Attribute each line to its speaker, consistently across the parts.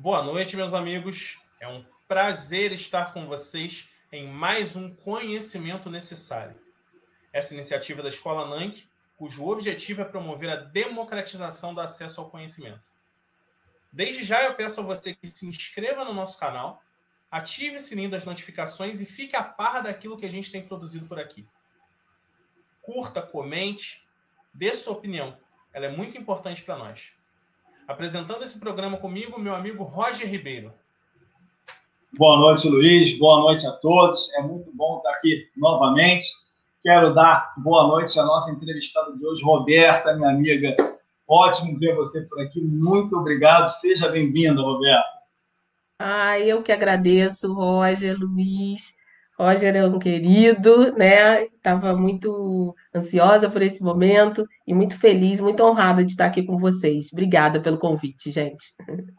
Speaker 1: Boa noite, meus amigos. É um prazer estar com vocês em mais um Conhecimento Necessário. Essa iniciativa da Escola Nank, cujo objetivo é promover a democratização do acesso ao conhecimento. Desde já eu peço a você que se inscreva no nosso canal, ative o sininho das notificações e fique a par daquilo que a gente tem produzido por aqui. Curta, comente, dê sua opinião. Ela é muito importante para nós. Apresentando esse programa comigo, meu amigo Roger Ribeiro.
Speaker 2: Boa noite, Luiz. Boa noite a todos. É muito bom estar aqui novamente. Quero dar boa noite à nossa entrevistada de hoje, Roberta, minha amiga. Ótimo ver você por aqui. Muito obrigado. Seja bem-vinda, Roberta.
Speaker 3: Eu que agradeço, Roger, Luiz. Roger é um querido, né? Estava muito ansiosa por esse momento e muito feliz, muito honrada de estar aqui com vocês. Obrigada pelo convite, gente.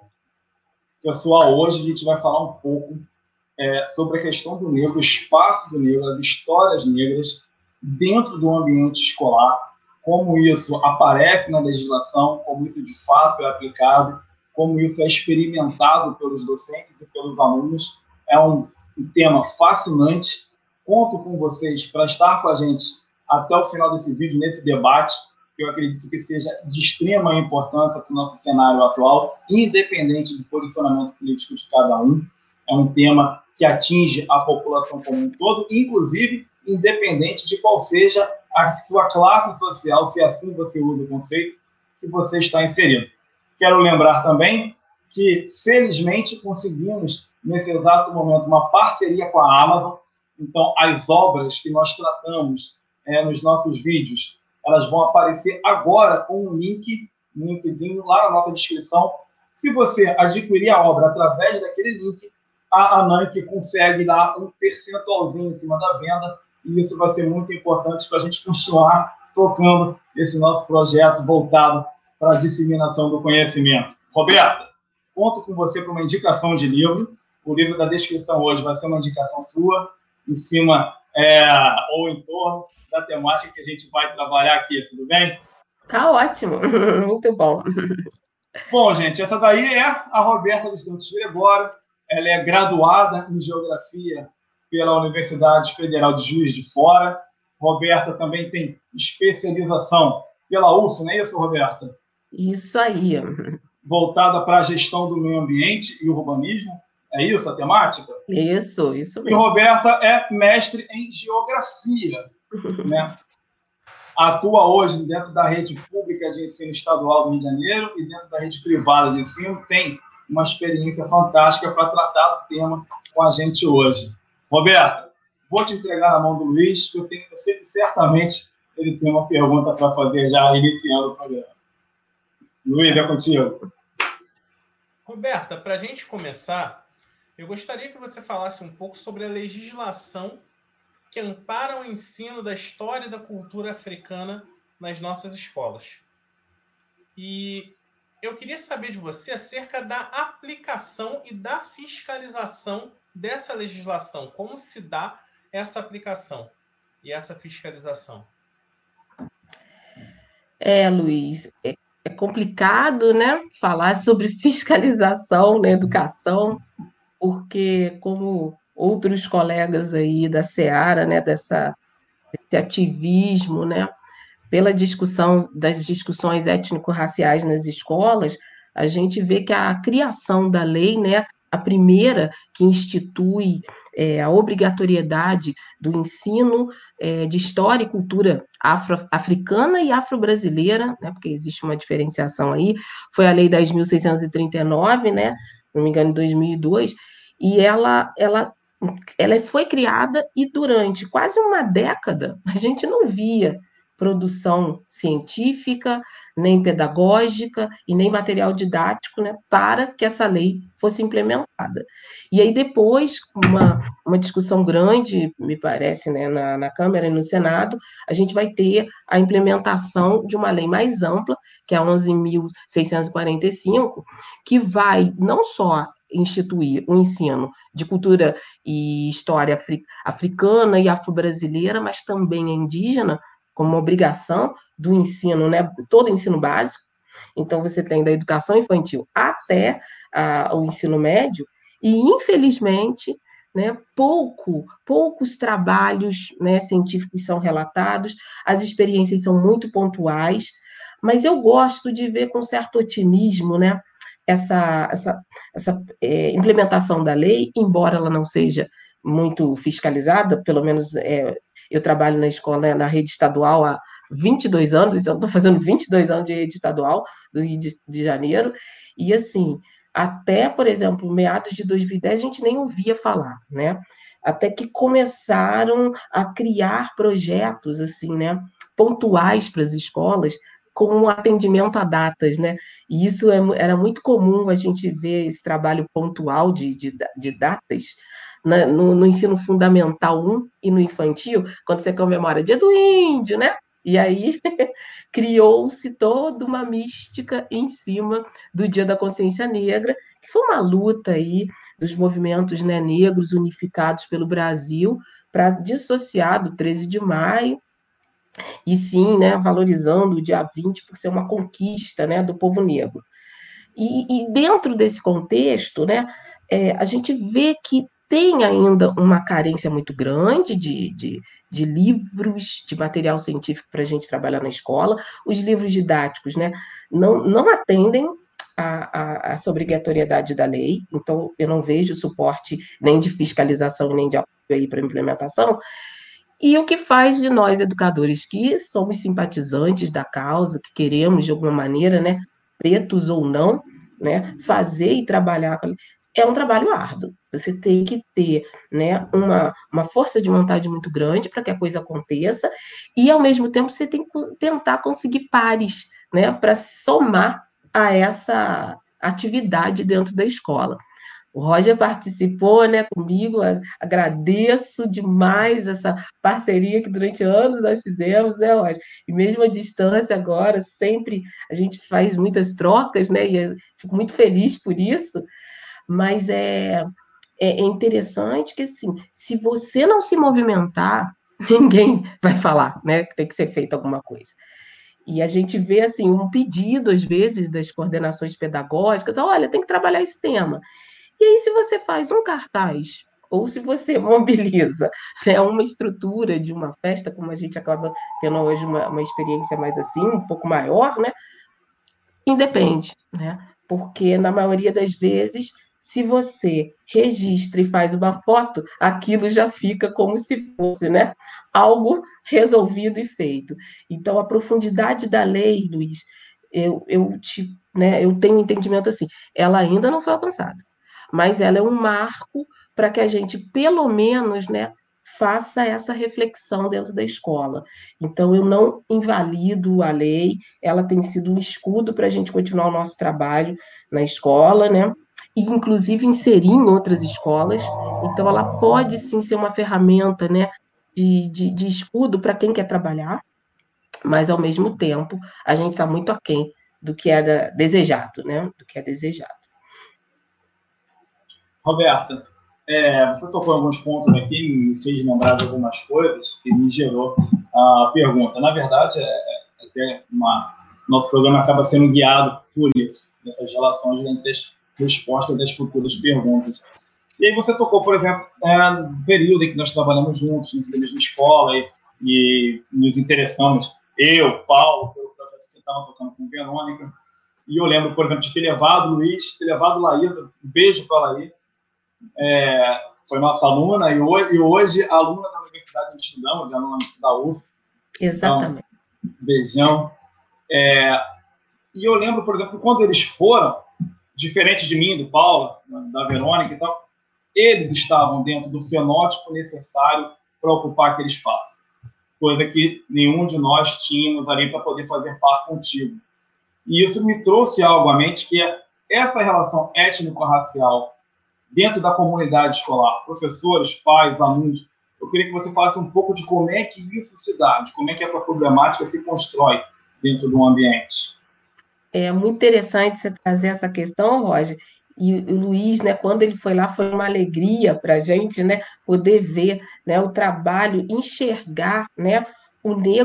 Speaker 2: Pessoal, hoje a gente vai falar um pouco sobre a questão do negro, o espaço do negro, as histórias negras dentro do ambiente escolar, como isso aparece na legislação, como isso de fato é aplicado, como isso é experimentado pelos docentes e pelos alunos. É um tema fascinante. Conto com vocês para estar com a gente até o final desse vídeo, nesse debate, que eu acredito que seja de extrema importância para o nosso cenário atual, independente do posicionamento político de cada um. É um tema que atinge a população como um todo, inclusive independente de qual seja a sua classe social, se assim você usa o conceito, que você está inserido. Quero lembrar também que, felizmente, conseguimos, nesse exato momento, uma parceria com a Amazon. Então, as obras que nós tratamos nos nossos vídeos, elas vão aparecer agora com um linkzinho lá na nossa descrição. Se você adquirir a obra através daquele link, a ANANC consegue dar um percentualzinho em cima da venda, e isso vai ser muito importante para a gente continuar tocando esse nosso projeto voltado para a disseminação do conhecimento. Roberta, conto com você para uma indicação de livro. O livro da descrição hoje vai ser uma indicação sua, em cima ou em torno da temática que a gente vai trabalhar aqui, tudo bem?
Speaker 3: Tá ótimo, muito bom.
Speaker 2: Bom, gente, essa daí é a Roberta dos Santos Gregório. Ela é graduada em Geografia pela Universidade Federal de Juiz de Fora. Roberta também tem especialização pela UF, não é isso, Roberta?
Speaker 3: Isso aí.
Speaker 2: Voltada para a gestão do meio ambiente e urbanismo. É isso a temática?
Speaker 3: Isso mesmo.
Speaker 2: E Roberta é mestre em Geografia, né? Atua hoje dentro da rede pública de ensino estadual do Rio de Janeiro e dentro da rede privada de ensino. Tem uma experiência fantástica para tratar do tema com a gente hoje. Roberta, vou te entregar na mão do Luiz, que eu sei que certamente ele tem uma pergunta para fazer já iniciando o programa. Luiz, é contigo.
Speaker 1: Roberta, para a gente começar, eu gostaria que você falasse um pouco sobre a legislação que ampara o ensino da história e da cultura africana nas nossas escolas. E eu queria saber de você acerca da aplicação e da fiscalização dessa legislação. Como se dá essa aplicação e essa fiscalização?
Speaker 3: Luiz, é complicado, né, falar sobre fiscalização na educação, porque como outros colegas aí da Seara, né, desse ativismo, né, pela discussão das discussões étnico-raciais nas escolas, a gente vê que a criação da lei, né, a primeira que institui a obrigatoriedade do ensino de história e cultura africana e afro-brasileira, né, porque existe uma diferenciação aí, foi a Lei 10.639, né, se não me engano, em 2002, e ela foi criada e durante quase uma década a gente não via produção científica, nem pedagógica e nem material didático, né, para que essa lei fosse implementada. E aí depois, uma discussão grande, me parece, né, na Câmara e no Senado, a gente vai ter a implementação de uma lei mais ampla, que é a 11.645, que vai não só instituir o ensino de cultura e história africana e afro-brasileira, mas também a indígena, como uma obrigação do ensino, né, todo ensino básico, Então, você tem da educação infantil até o ensino médio, e, infelizmente, né, poucos trabalhos, né, científicos são relatados, as experiências são muito pontuais, mas eu gosto de ver com certo otimismo, né, essa implementação da lei, embora ela não seja muito fiscalizada, pelo menos eu trabalho na escola, na rede estadual há 22 anos, então estou fazendo 22 anos de rede estadual do Rio de Janeiro, e assim, até, por exemplo, meados de 2010, a gente nem ouvia falar, né? Até que começaram a criar projetos, assim, né, pontuais para as escolas, com um atendimento a datas, né? E isso era muito comum a gente ver esse trabalho pontual de datas no ensino fundamental 1 e no infantil, quando você comemora Dia do Índio, né? E aí criou-se toda uma mística em cima do Dia da Consciência Negra, que foi uma luta aí dos movimentos, né, negros unificados pelo Brasil para dissociar do 13 de maio, e sim, né, valorizando o dia 20 por ser uma conquista, né, do povo negro. E dentro desse contexto, né, a gente vê que tem ainda uma carência muito grande de livros, de material científico para a gente trabalhar na escola. Os livros didáticos, né, não atendem essa obrigatoriedade da lei, então eu não vejo suporte nem de fiscalização, nem de apoio para implementação. E o que faz de nós, educadores, que somos simpatizantes da causa, que queremos, de alguma maneira, né, pretos ou não, né, fazer e trabalhar, é um trabalho árduo. Você tem que ter, né, uma força de vontade muito grande para que a coisa aconteça, e, ao mesmo tempo, você tem que tentar conseguir pares, né, para somar a essa atividade dentro da escola. O Roger participou, né, comigo, agradeço demais essa parceria que durante anos nós fizemos, né, Roger? E mesmo à distância agora, sempre a gente faz muitas trocas, né, e eu fico muito feliz por isso, mas é interessante que, assim, se você não se movimentar, ninguém vai falar, né, que tem que ser feito alguma coisa. E a gente vê, assim, um pedido, às vezes, das coordenações pedagógicas, olha, tem que trabalhar esse tema. E aí, se você faz um cartaz, ou se você mobiliza, né, uma estrutura de uma festa, como a gente acaba tendo hoje uma experiência mais assim, um pouco maior, né? Independe, né? Porque na maioria das vezes, se você registra e faz uma foto, aquilo já fica como se fosse, né, algo resolvido e feito. Então, a profundidade da lei, Luiz, eu tenho um entendimento assim, ela ainda não foi alcançada, mas ela é um marco para que a gente, pelo menos, né, faça essa reflexão dentro da escola. Então, eu não invalido a lei, ela tem sido um escudo para a gente continuar o nosso trabalho na escola, né? E, inclusive, inserir em outras escolas. Então, ela pode, sim, ser uma ferramenta, né, de escudo para quem quer trabalhar, mas, ao mesmo tempo, a gente está muito aquém do que é desejado, né? Do que é desejado.
Speaker 2: Roberta, você tocou em alguns pontos aqui, me fez lembrar de algumas coisas que me gerou a pergunta. Na verdade, nosso programa acaba sendo guiado por isso, essas relações entre as respostas das futuras perguntas. E aí você tocou, por exemplo, no período em que nós trabalhamos juntos, na mesma escola, e nos interessamos, eu, Paulo, pelo projeto que você estava tocando com Verônica, e eu lembro, por exemplo, de ter levado o Luiz, ter levado Laída, um beijo para a Laída, foi nossa aluna, e hoje aluna da Universidade de Estudão, de aluna da UF.
Speaker 3: Exatamente.
Speaker 2: Então, beijão. E eu lembro, por exemplo, quando eles foram, diferente de mim, do Paulo, da Verônica e tal, eles estavam dentro do fenótipo necessário para ocupar aquele espaço. Coisa que nenhum de nós tínhamos ali para poder fazer par contigo. E isso me trouxe algo à mente, que é essa relação étnico-racial dentro da comunidade escolar, professores, pais, alunos. Eu queria que você falasse um pouco de como é que isso se dá, de como é que essa problemática se constrói dentro do ambiente.
Speaker 3: É muito interessante você trazer essa questão, Roger. E o Luiz, né, quando ele foi lá, foi uma alegria para a gente, né, poder ver, né, o trabalho, enxergar, né, o negro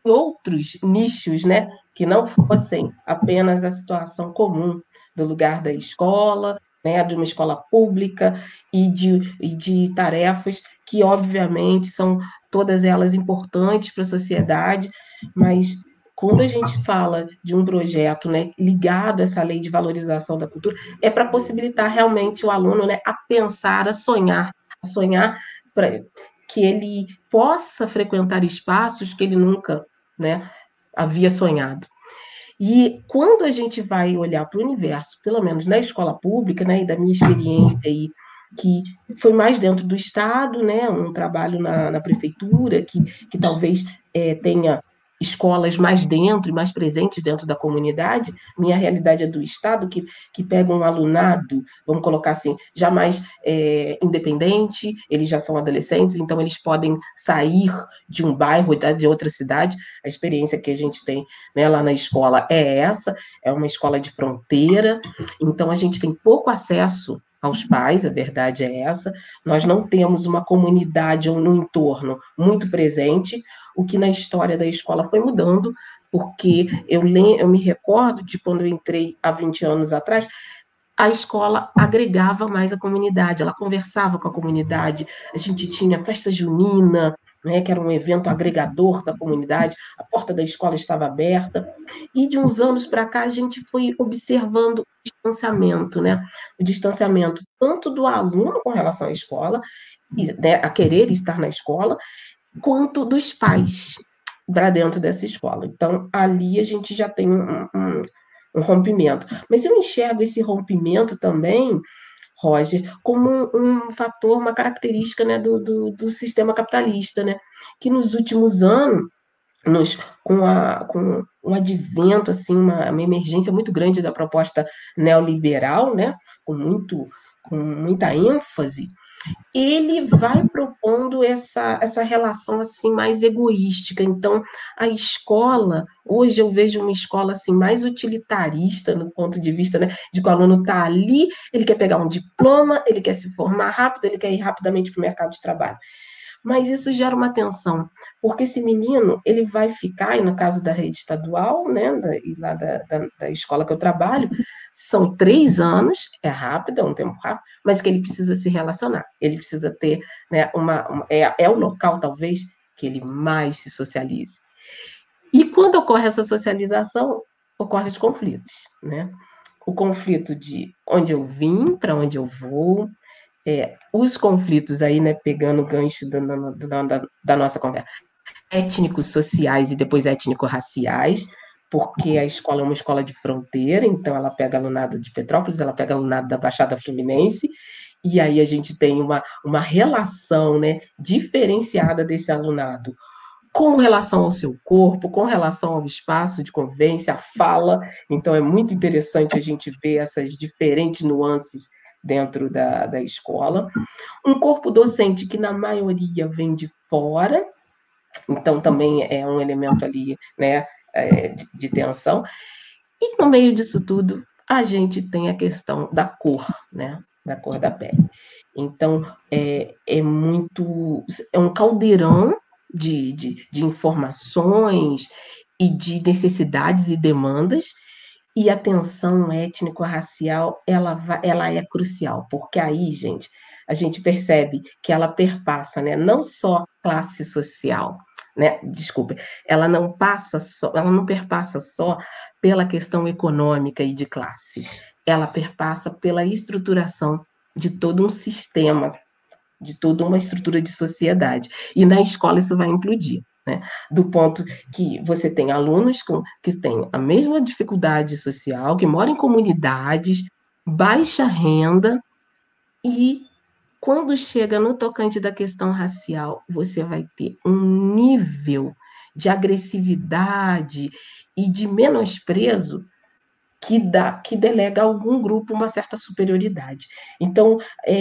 Speaker 3: outros nichos, né, que não fossem apenas a situação comum do lugar da escola, né, de uma escola pública e de tarefas que, obviamente, são todas elas importantes para a sociedade, mas quando a gente fala de um projeto, né, ligado a essa lei de valorização da cultura, é para possibilitar realmente o aluno, né, a pensar, a sonhar para que ele possa frequentar espaços que ele nunca, né, havia sonhado. E quando a gente vai olhar para o universo, pelo menos na escola pública, né, e da minha experiência aí, que foi mais dentro do Estado, né, um trabalho na prefeitura, que talvez tenha escolas mais dentro e mais presentes dentro da comunidade. Minha realidade é do Estado, que pega um alunado, vamos colocar assim, já mais independente, eles já são adolescentes, então eles podem sair de um bairro, de outra cidade. A experiência que a gente tem, né, lá na escola é essa, é uma escola de fronteira, então a gente tem pouco acesso aos pais, a verdade é essa, nós não temos uma comunidade ou no entorno muito presente, o que na história da escola foi mudando, porque eu me recordo de quando eu entrei há 20 anos atrás, a escola agregava mais a comunidade, ela conversava com a comunidade, a gente tinha festa junina, né, que era um evento agregador da comunidade, a porta da escola estava aberta, e de uns anos para cá a gente foi observando o distanciamento, né? O distanciamento tanto do aluno com relação à escola, né, a querer estar na escola, quanto dos pais para dentro dessa escola. Então, ali a gente já tem um rompimento. Mas eu enxergo esse rompimento também, Roger, como um fator, uma característica, né, do sistema capitalista, né, que nos últimos anos, com um advento, assim, uma emergência muito grande da proposta neoliberal, né, com muita ênfase, ele vai propondo essa relação assim mais egoística. Então, a escola, hoje eu vejo uma escola assim mais utilitarista no ponto de vista, né, de que o aluno está ali, ele quer pegar um diploma, ele quer se formar rápido, ele quer ir rapidamente para o mercado de trabalho. Mas isso gera uma tensão, porque esse menino, ele vai ficar, e no caso da rede estadual, né, e lá da escola que eu trabalho, são 3 anos, é rápido, é um tempo rápido, mas que ele precisa se relacionar, ele precisa ter, né, é o local, talvez, que ele mais se socialize. E quando ocorre essa socialização, ocorrem os conflitos, né? O conflito de onde eu vim, para onde eu vou, os conflitos aí, né, pegando o gancho da nossa conversa, étnicos, sociais e depois étnico-raciais, porque a escola é uma escola de fronteira, então ela pega alunado de Petrópolis, ela pega alunado da Baixada Fluminense, e aí a gente tem uma relação, né, diferenciada desse alunado com relação ao seu corpo, com relação ao espaço de convivência, a fala. Então é muito interessante a gente ver essas diferentes nuances dentro da escola. Um corpo docente que, na maioria, vem de fora, então também é um elemento ali, né, de tensão. E no meio disso tudo, a gente tem a questão da cor, né, da cor da pele. Então, é um caldeirão de informações e de necessidades e demandas, e a tensão étnico-racial, ela é crucial, porque aí, gente, a gente percebe que ela perpassa, né, não só classe social, né, desculpe, ela não perpassa só pela questão econômica e de classe, ela perpassa pela estruturação de todo um sistema, de toda uma estrutura de sociedade. E na escola isso vai implodir, né? Do ponto que você tem alunos que têm a mesma dificuldade social, que moram em comunidades, baixa renda, e quando chega no tocante da questão racial, você vai ter um nível de agressividade e de menosprezo que delega a algum grupo uma certa superioridade. Então,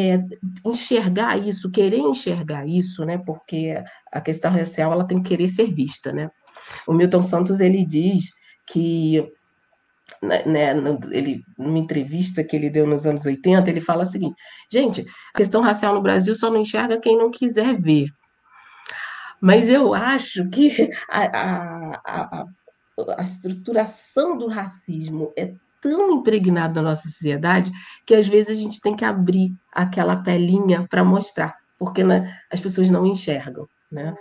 Speaker 3: querer enxergar isso, né, porque a questão racial ela tem que querer ser vista, né? O Milton Santos ele diz que, né, numa entrevista que ele deu nos anos 80, ele fala o seguinte: gente, a questão racial no Brasil só não enxerga quem não quiser ver. Mas eu acho que a estruturação do racismo é tão impregnada na nossa sociedade que às vezes a gente tem que abrir aquela pelinha para mostrar, porque né, as pessoas não enxergam, né?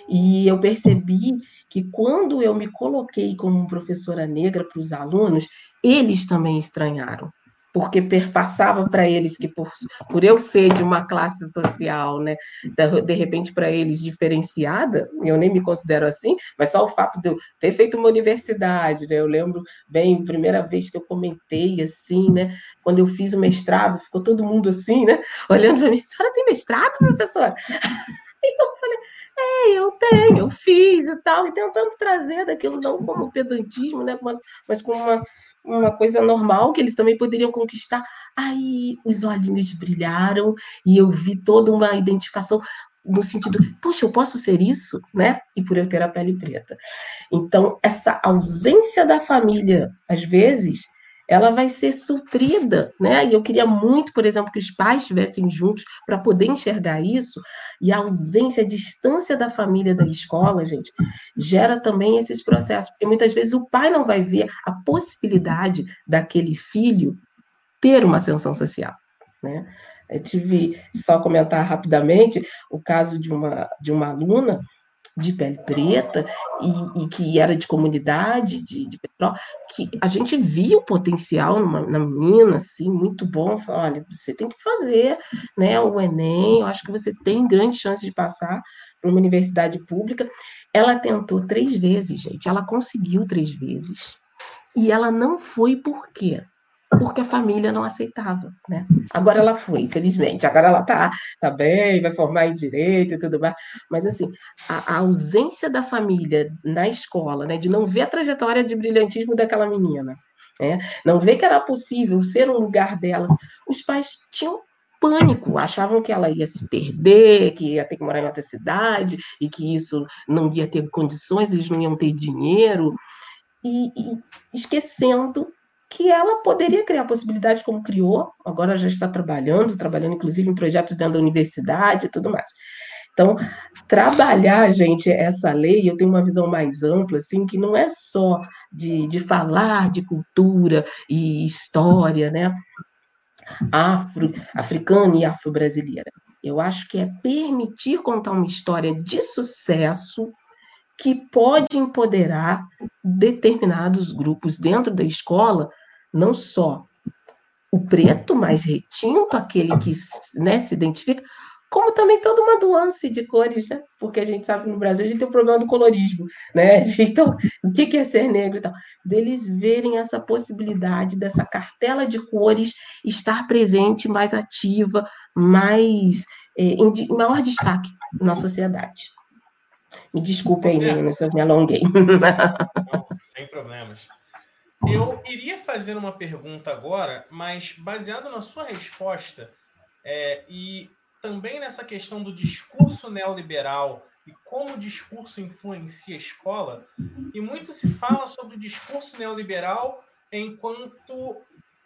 Speaker 3: E eu percebi que quando eu me coloquei como professora negra para os alunos, eles também estranharam, porque perpassava para eles que por eu ser de uma classe social, né, de repente para eles diferenciada, eu nem me considero assim, mas só o fato de eu ter feito uma universidade, né, eu lembro bem, a primeira vez que eu comentei assim, né, quando eu fiz o mestrado, ficou todo mundo assim, né, olhando para mim, a senhora tem mestrado, professora? E eu falei, eu tenho, eu fiz e tal, e tentando trazer daquilo não como pedantismo, né, mas como uma coisa normal que eles também poderiam conquistar. Aí os olhinhos brilharam e eu vi toda uma identificação no sentido, poxa, eu posso ser isso, né? E por eu ter a pele preta. Então, essa ausência da família, às vezes, ela vai ser suprida, né? E eu queria muito, por exemplo, que os pais estivessem juntos para poder enxergar isso. E a ausência, a distância da família da escola, gente, gera também esses processos, porque muitas vezes o pai não vai ver a possibilidade daquele filho ter uma ascensão social, né? Eu tive, só comentar rapidamente, o caso de uma aluna de pele preta e que era de comunidade de Petrópolis, que a gente via o potencial na menina, assim, muito bom. Falei, olha, você tem que fazer, né, o Enem, eu acho que você tem grande chance de passar para uma universidade pública. Ela tentou 3 vezes, gente, ela conseguiu 3 vezes. E ela não foi por quê? Porque a família não aceitava, né? Agora ela foi, infelizmente. Agora ela tá bem, vai formar em direito e tudo mais. Mas, assim, a ausência da família na escola, né? De não ver a trajetória de brilhantismo daquela menina, né? Não ver que era possível ser um lugar dela. Os pais tinham pânico, achavam que ela ia se perder, que ia ter que morar em outra cidade e que isso não ia ter condições, eles não iam ter dinheiro e esquecendo que ela poderia criar possibilidades como criou, agora já está trabalhando inclusive em projetos dentro da universidade e tudo mais. Então, trabalhar, gente, essa lei, eu tenho uma visão mais ampla, assim, que não é só de falar de cultura e história, né, africana e afro-brasileira. Eu acho que é permitir contar uma história de sucesso que pode empoderar determinados grupos dentro da escola, não só o preto mais retinto, aquele que, né, se identifica, como também toda uma nuance de cores, né? Porque a gente sabe que no Brasil a gente tem o problema do colorismo, né? Então, o que é ser negro e tal? Deles verem essa possibilidade dessa cartela de cores estar presente, mais ativa, mais em maior destaque na sociedade. Me desculpe aí, meninas, se eu me alonguei.
Speaker 1: Não, sem problemas. Eu iria fazer uma pergunta agora, mas baseado na sua resposta e também nessa questão do discurso neoliberal e como o discurso influencia a escola, e muito se fala sobre o discurso neoliberal enquanto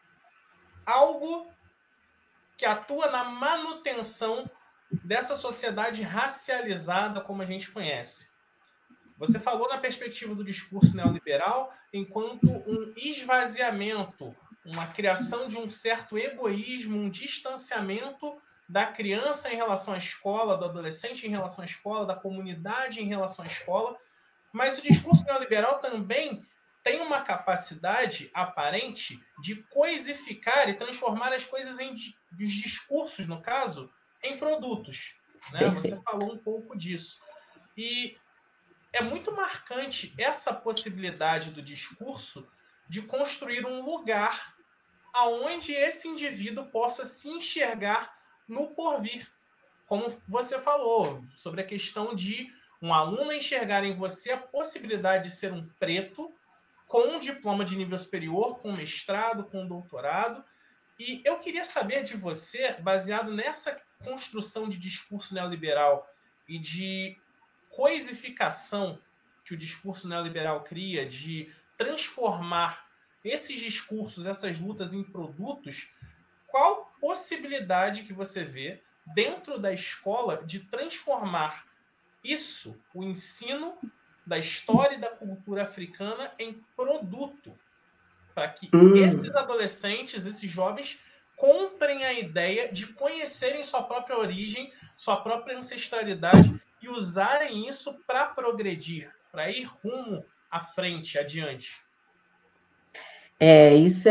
Speaker 1: algo que atua na manutenção dessa sociedade racializada como a gente conhece. Você falou na perspectiva do discurso neoliberal enquanto um esvaziamento, uma criação de um certo egoísmo, um distanciamento da criança em relação à escola, do adolescente em relação à escola, da comunidade em relação à escola. Mas o discurso neoliberal também tem uma capacidade aparente de coisificar e transformar as coisas os discursos, no caso, em produtos. Né? Você falou um pouco disso. E é muito marcante essa possibilidade do discurso de construir um lugar aonde esse indivíduo possa se enxergar no porvir. Como você falou, sobre a questão de um aluno enxergar em você a possibilidade de ser um preto com um diploma de nível superior, com mestrado, com doutorado. E eu queria saber de você, baseado nessa construção de discurso neoliberal e de coisificação que o discurso neoliberal cria, de transformar esses discursos, essas lutas em produtos, qual possibilidade que você vê dentro da escola de transformar isso, o ensino da história e da cultura africana em produto, para que esses adolescentes, esses jovens, comprem a ideia de conhecerem sua própria origem, sua própria ancestralidade e usarem isso para progredir, para ir rumo à frente, adiante.
Speaker 3: Isso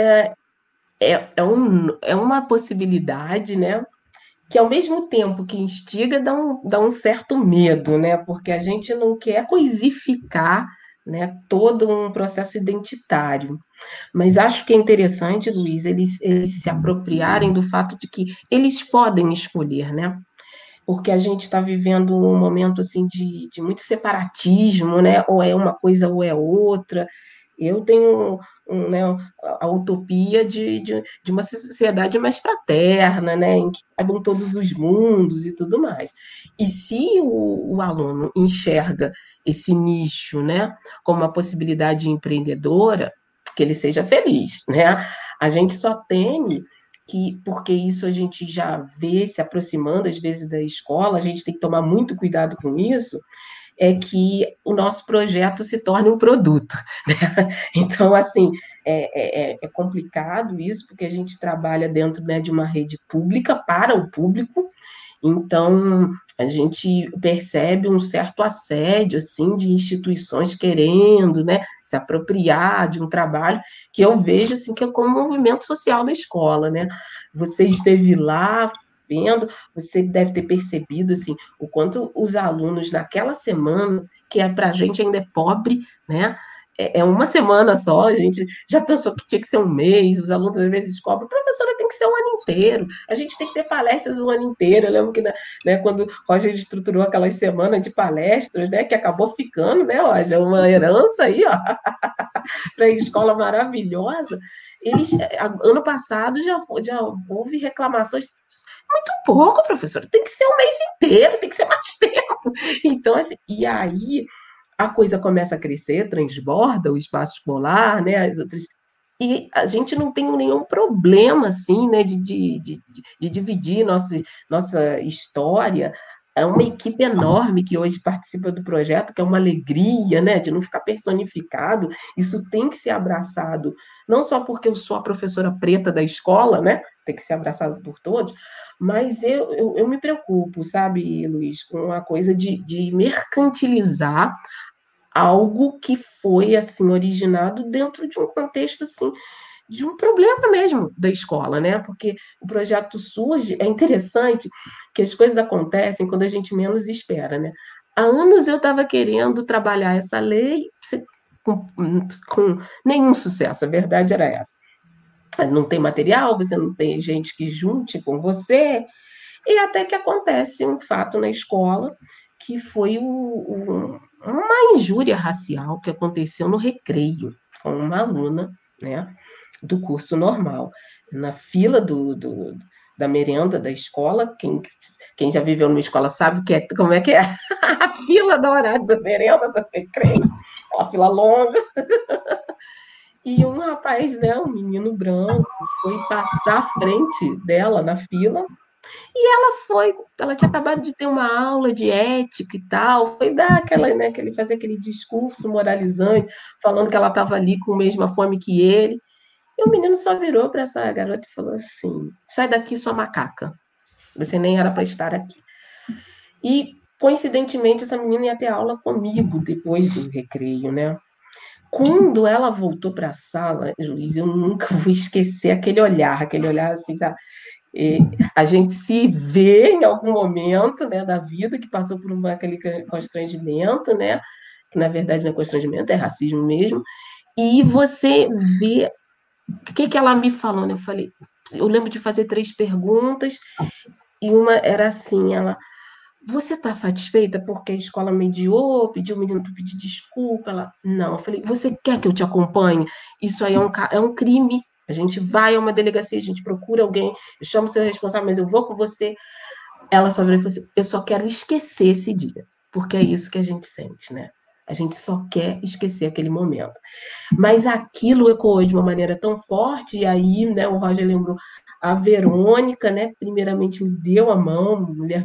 Speaker 3: é uma possibilidade, né? Que ao mesmo tempo que instiga, dá um certo medo, né? Porque a gente não quer coisificar, né, todo um processo identitário. Mas acho que é interessante, Luiz, eles se apropriarem do fato de que eles podem escolher, né? Porque a gente está vivendo um momento assim de muito separatismo, né? Ou é uma coisa ou é outra. Eu tenho né, a utopia de uma sociedade mais fraterna, né, em que caibam todos os mundos e tudo mais. E se o aluno enxerga esse nicho, né, como uma possibilidade empreendedora, que ele seja feliz, né? A gente só teme que, porque isso a gente já vê se aproximando às vezes da escola, a gente tem que tomar muito cuidado com isso, é que o nosso projeto se torne um produto. Né? Então, assim, é complicado isso, porque a gente trabalha dentro, né, de uma rede pública para o público, então a gente percebe um certo assédio assim de instituições querendo, né, se apropriar de um trabalho que eu vejo assim que é como um movimento social da escola, né? Você esteve lá vendo, você deve ter percebido assim o quanto os alunos naquela semana, que para a gente ainda é pobre, né? É uma semana só, a gente já pensou que tinha que ser um mês, os alunos às vezes cobram, professora tem que ser um ano inteiro, a gente tem que ter palestras o ano inteiro. Eu lembro que né, quando o Roger estruturou aquelas semanas de palestras, né, que acabou ficando, né, Roger, uma herança aí, ó, para a escola maravilhosa. Ano passado já houve reclamações. Muito pouco, professora, tem que ser um mês inteiro, tem que ser mais tempo. Então, assim, e aí a coisa começa a crescer, transborda o espaço escolar, né, as outras. E a gente não tem nenhum problema, assim, né, de dividir nossa história. É uma equipe enorme que hoje participa do projeto, que é uma alegria, né, de não ficar personificado. Isso tem que ser abraçado, não só porque eu sou a professora preta da escola, né, tem que ser abraçado por todos, mas eu me preocupo, sabe, Luiz, com a coisa de mercantilizar algo que foi assim originado dentro de um contexto assim de um problema mesmo da escola, né? Porque o projeto surge, é interessante que as coisas acontecem quando a gente menos espera, né? Há anos eu estava querendo trabalhar essa lei com nenhum sucesso, a verdade era essa. Não tem material, você não tem gente que junte com você, e até que acontece um fato na escola que foi uma injúria racial que aconteceu no recreio com uma aluna, né, do curso normal. Na fila da merenda da escola, quem já viveu numa escola sabe como é que é a fila do horário da merenda do recreio, uma fila longa. E um rapaz, né, um menino branco, foi passar à frente dela na fila. E ela tinha acabado de ter uma aula de ética e tal, foi dar né, fazer aquele discurso moralizante, falando que ela estava ali com a mesma fome que ele. E o menino só virou para essa garota e falou assim: sai daqui, sua macaca. Você nem era para estar aqui. E, coincidentemente, essa menina ia ter aula comigo depois do recreio, né? Quando ela voltou para a sala, Luiz, eu nunca vou esquecer aquele olhar assim, sabe? E a gente se vê em algum momento, né, da vida que passou por aquele constrangimento, né, que na verdade não é constrangimento, é racismo mesmo, e você vê o que ela me falou, né? Eu lembro de fazer 3 perguntas e uma era assim, você está satisfeita porque a escola mediou, pediu o menino para pedir desculpa? Ela, não. Eu falei, você quer que eu te acompanhe? Isso aí é um crime. A gente vai a uma delegacia, a gente procura alguém, eu chamo o seu responsável, mas eu vou com você. Ela só virou e falou assim, eu só quero esquecer esse dia, porque é isso que a gente sente, né? A gente só quer esquecer aquele momento. Mas aquilo ecoou de uma maneira tão forte, e aí, né, o Roger lembrou, a Verônica, né, primeiramente me deu a mão, mulher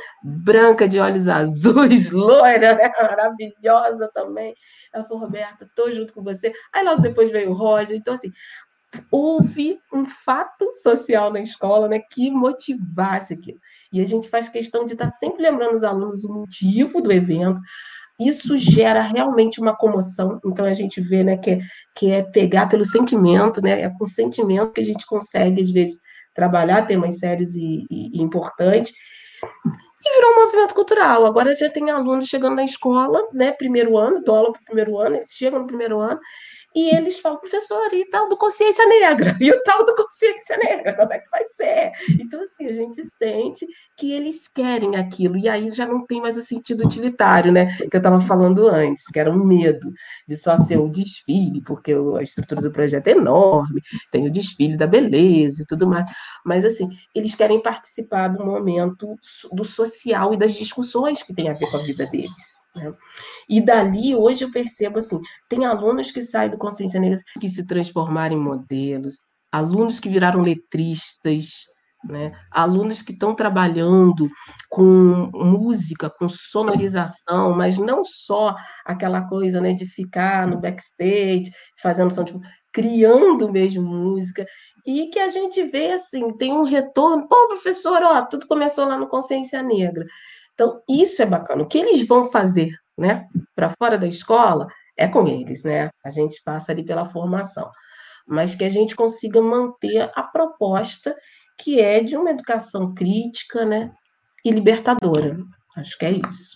Speaker 3: branca de olhos azuis, loira, né? Maravilhosa também. Ela falou, Roberta, estou junto com você. Aí logo depois veio o Roger. Então, assim, houve um fato social na escola, né, que motivasse aquilo. E a gente faz questão de estar sempre lembrando os alunos o motivo do evento. Isso gera realmente uma comoção. Então a gente vê, né, que é pegar pelo sentimento, né, é com sentimento que a gente consegue, às vezes, trabalhar temas sérios e importantes. E virou um movimento cultural. Agora já tem alunos chegando na escola, né, primeiro ano, dou aula para o primeiro ano, eles chegam no primeiro ano, e eles falam, professor, e tal do consciência negra? E o tal do consciência negra, quando é que vai ser? Então, assim, a gente sente que eles querem aquilo, e aí já não tem mais o sentido utilitário, né? Que eu estava falando antes, que era um medo de só ser o desfile, porque a estrutura do projeto é enorme, tem o desfile da beleza e tudo mais. Mas, assim, eles querem participar do momento do social e das discussões que tem a ver com a vida deles, né? E dali, hoje eu percebo, assim, tem alunos que saem do Consciência Negra que se transformaram em modelos, alunos que viraram letristas, né? Alunos que estão trabalhando com música, com sonorização, mas não só aquela coisa, né, de ficar no backstage, fazendo som de... criando mesmo música, e que a gente vê, assim, tem um retorno, pô, professor, ó, tudo começou lá no Consciência Negra. Então, isso é bacana. O que eles vão fazer, né, para fora da escola é com eles, né? A gente passa ali pela formação, mas que a gente consiga manter a proposta que é de uma educação crítica, né, e libertadora. Acho que é isso.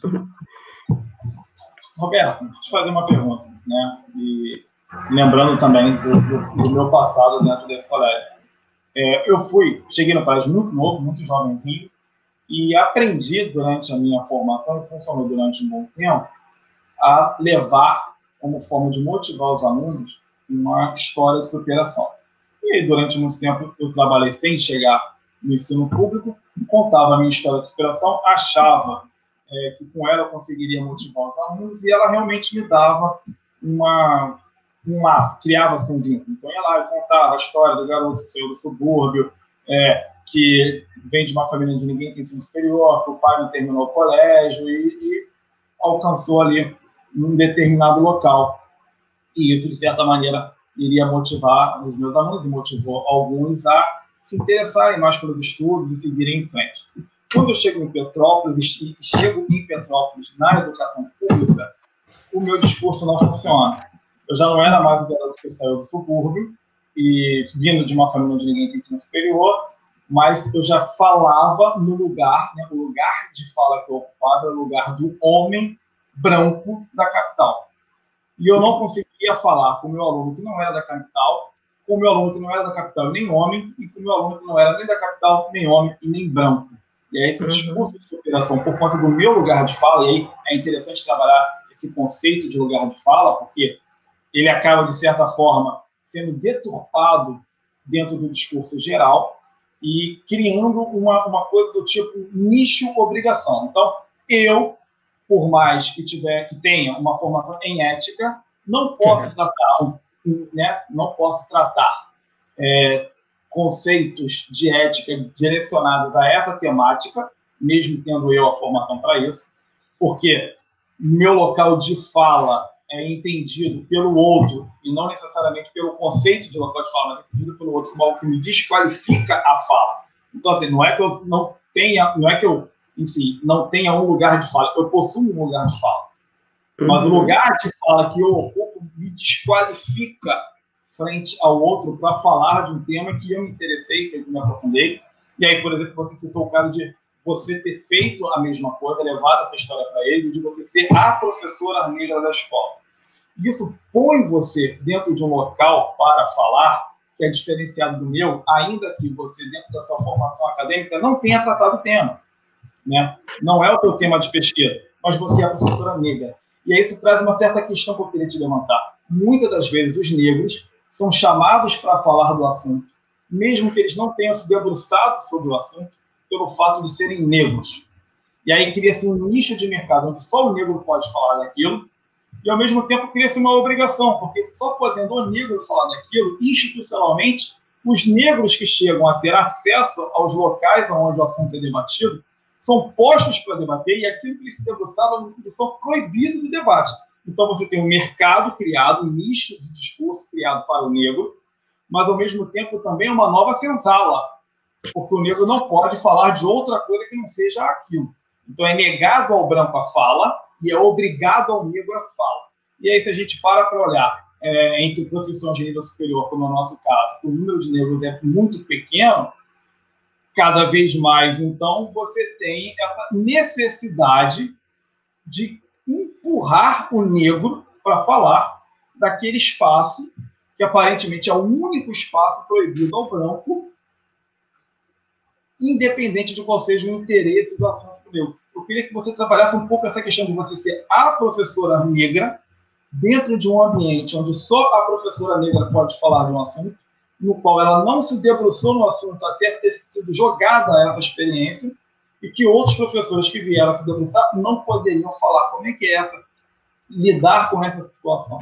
Speaker 2: Roberto, deixa eu te fazer uma pergunta, né? E lembrando também do meu passado dentro desse colégio. Eu cheguei no colégio muito novo, muito jovenzinho, e aprendi durante a minha formação, e funcionou durante um bom tempo, a levar, como forma de motivar os alunos, uma história de superação. E aí, durante muito tempo, eu trabalhei sem chegar no ensino público, contava a minha história de superação, achava que com ela eu conseguiria motivar os alunos, e ela realmente me dava criava assim um vínculo. Então, ia lá, eu contava a história do garoto que saiu do subúrbio, que vem de uma família onde ninguém tem ensino superior, que o pai não terminou o colégio e alcançou ali num determinado local. E isso, de certa maneira, iria motivar os meus alunos e motivou alguns a se interessarem mais pelos estudos e seguirem em frente. Quando eu chego em Petrópolis na educação pública, o meu discurso não funciona. Eu já não era mais o garoto que saiu do subúrbio e vindo de uma família onde ninguém tem ensino superior, mas eu já falava no lugar, né, o lugar de fala que eu ocupava era o lugar do homem branco da capital. E eu não conseguia falar com o meu aluno que não era da capital, com o meu aluno que não era da capital nem homem, e com o meu aluno que não era nem da capital, nem homem e nem branco. E aí esse discurso de superação, por conta do meu lugar de fala, e aí é interessante trabalhar esse conceito de lugar de fala, porque ele acaba, de certa forma, sendo deturpado dentro do discurso geral e criando uma coisa do tipo nicho-obrigação. Então, eu, por mais que tenha uma formação em ética, não posso tratar conceitos de ética direcionados a essa temática, mesmo tendo eu a formação para isso, porque meu local de fala é entendido pelo outro, e não necessariamente pelo conceito de local de fala, mas é entendido pelo outro como algo que me desqualifica a fala. Então, assim, não é que eu não tenha um lugar de fala, eu possuo um lugar de fala. Mas o lugar de fala que eu ocupo me desqualifica frente ao outro para falar de um tema que eu me interessei, que eu me aprofundei. E aí, por exemplo, você citou o caso de você ter feito a mesma coisa, levado essa história para ele, de você ser a professora negra da escola. Isso põe você dentro de um local para falar que é diferenciado do meu, ainda que você, dentro da sua formação acadêmica, não tenha tratado o tema, né? Não é o teu tema de pesquisa, mas você é a professora negra. E aí isso traz uma certa questão que eu queria te levantar. Muitas das vezes os negros são chamados para falar do assunto, mesmo que eles não tenham se debruçado sobre o assunto, pelo fato de serem negros. E aí cria-se um nicho de mercado onde só o negro pode falar daquilo, e ao mesmo tempo cria-se uma obrigação, porque só podendo o negro falar daquilo, institucionalmente, os negros que chegam a ter acesso aos locais onde o assunto é debatido são postos para debater, e aquilo que eles se debruçavam são proibidos do debate. Então, você tem um mercado criado, um nicho de discurso criado para o negro, mas, ao mesmo tempo, também uma nova senzala, porque o negro não pode falar de outra coisa que não seja aquilo. Então, é negado ao branco a fala e é obrigado ao negro a fala. E aí, se a gente para olhar entre profissões de nível superior, como é o nosso caso, o número de negros é muito pequeno, cada vez mais, então, você tem essa necessidade de empurrar o negro para falar daquele espaço que aparentemente é o único espaço proibido ao branco, independente de qual seja o interesse do assunto do negro. Eu queria que você trabalhasse um pouco essa questão de você ser a professora negra dentro de um ambiente onde só a professora negra pode falar de um assunto, no qual ela não se debruçou no assunto até ter sido jogada a essa experiência, e que outros professores que vieram a se debruçar não poderiam falar. Como é que é lidar com essa situação?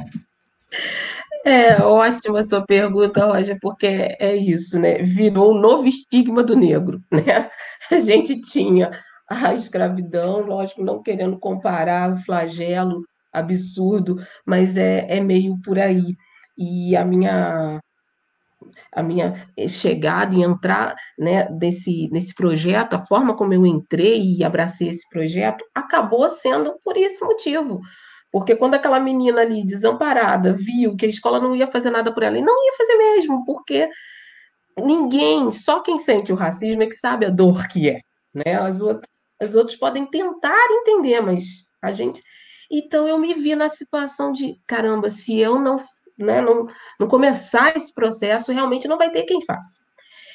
Speaker 3: É ótima a sua pergunta, Roger, porque é isso, né? Virou um novo estigma do negro, né? A gente tinha a escravidão, lógico, não querendo comparar o flagelo absurdo, mas é meio por aí. E a minha chegada e entrar, né, nesse projeto, a forma como eu entrei e abracei esse projeto, acabou sendo por esse motivo. Porque quando aquela menina ali, desamparada, viu que a escola não ia fazer nada por ela, e não ia fazer mesmo, porque ninguém, só quem sente o racismo é que sabe a dor que é, né? As outras podem tentar entender, mas a gente. Então eu me vi na situação de, caramba, se eu não, né, não começar esse processo, realmente não vai ter quem faça.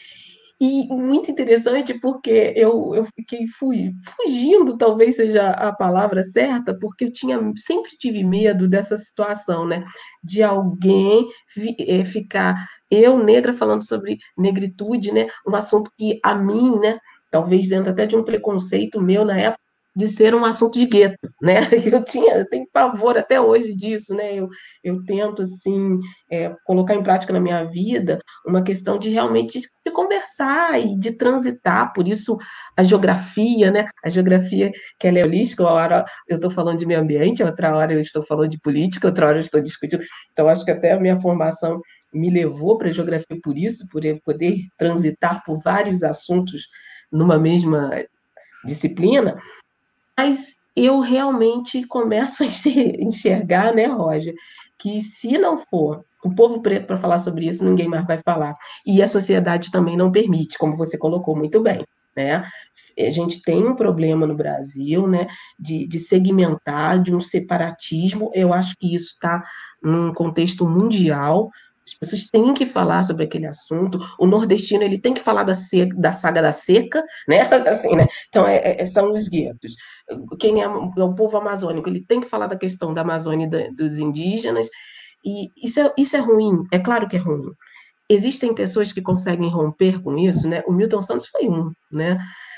Speaker 3: E muito interessante porque eu fiquei fugindo, talvez seja a palavra certa, porque sempre tive medo dessa situação, né? De alguém ficar, eu, negra, falando sobre negritude, né? Um assunto que a mim, né? Talvez dentro até de um preconceito meu na época, de ser um assunto de gueto, né? Eu tenho pavor até hoje disso, né? Eu tento, assim, colocar em prática na minha vida uma questão de realmente de conversar e de transitar, por isso a geografia, né? A geografia que ela é holística, uma hora eu estou falando de meio ambiente, outra hora eu estou falando de política, outra hora eu estou discutindo. Então, acho que até a minha formação me levou para a geografia por isso, por eu poder transitar por vários assuntos numa mesma disciplina, mas eu realmente começo a enxergar, né, Roger, que se não for o povo preto para falar sobre isso, ninguém mais vai falar. E a sociedade também não permite, como você colocou muito bem, né? A gente tem um problema no Brasil, né, de segmentar, de um separatismo. Eu acho que isso está num contexto mundial. As pessoas têm que falar sobre aquele assunto. O nordestino ele tem que falar da saga da seca, né? Assim, né? Então, são os guetos. Quem é o povo amazônico, ele tem que falar da questão da Amazônia e dos indígenas, e isso é ruim, é claro que é ruim. Existem pessoas que conseguem romper com isso, né? O Milton Santos foi um, né?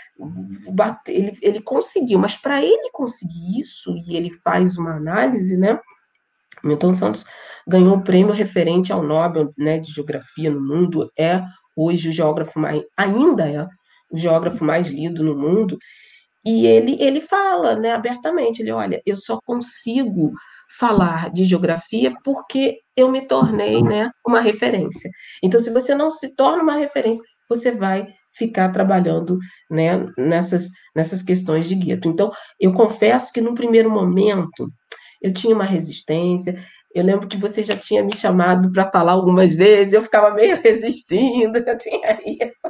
Speaker 3: Ele conseguiu, mas para ele conseguir isso, e ele faz uma análise, né? Milton Santos ganhou o prêmio referente ao Nobel, né, de Geografia no mundo, hoje ainda é o geógrafo mais lido no mundo, e ele fala, né, abertamente, ele, olha, eu só consigo falar de geografia porque eu me tornei, né, uma referência. Então, se você não se torna uma referência, você vai ficar trabalhando, né, nessas questões de gueto. Então, eu confesso que no primeiro momento eu tinha uma resistência. Eu lembro que você já tinha me chamado para falar algumas vezes, eu ficava meio resistindo, eu tinha isso.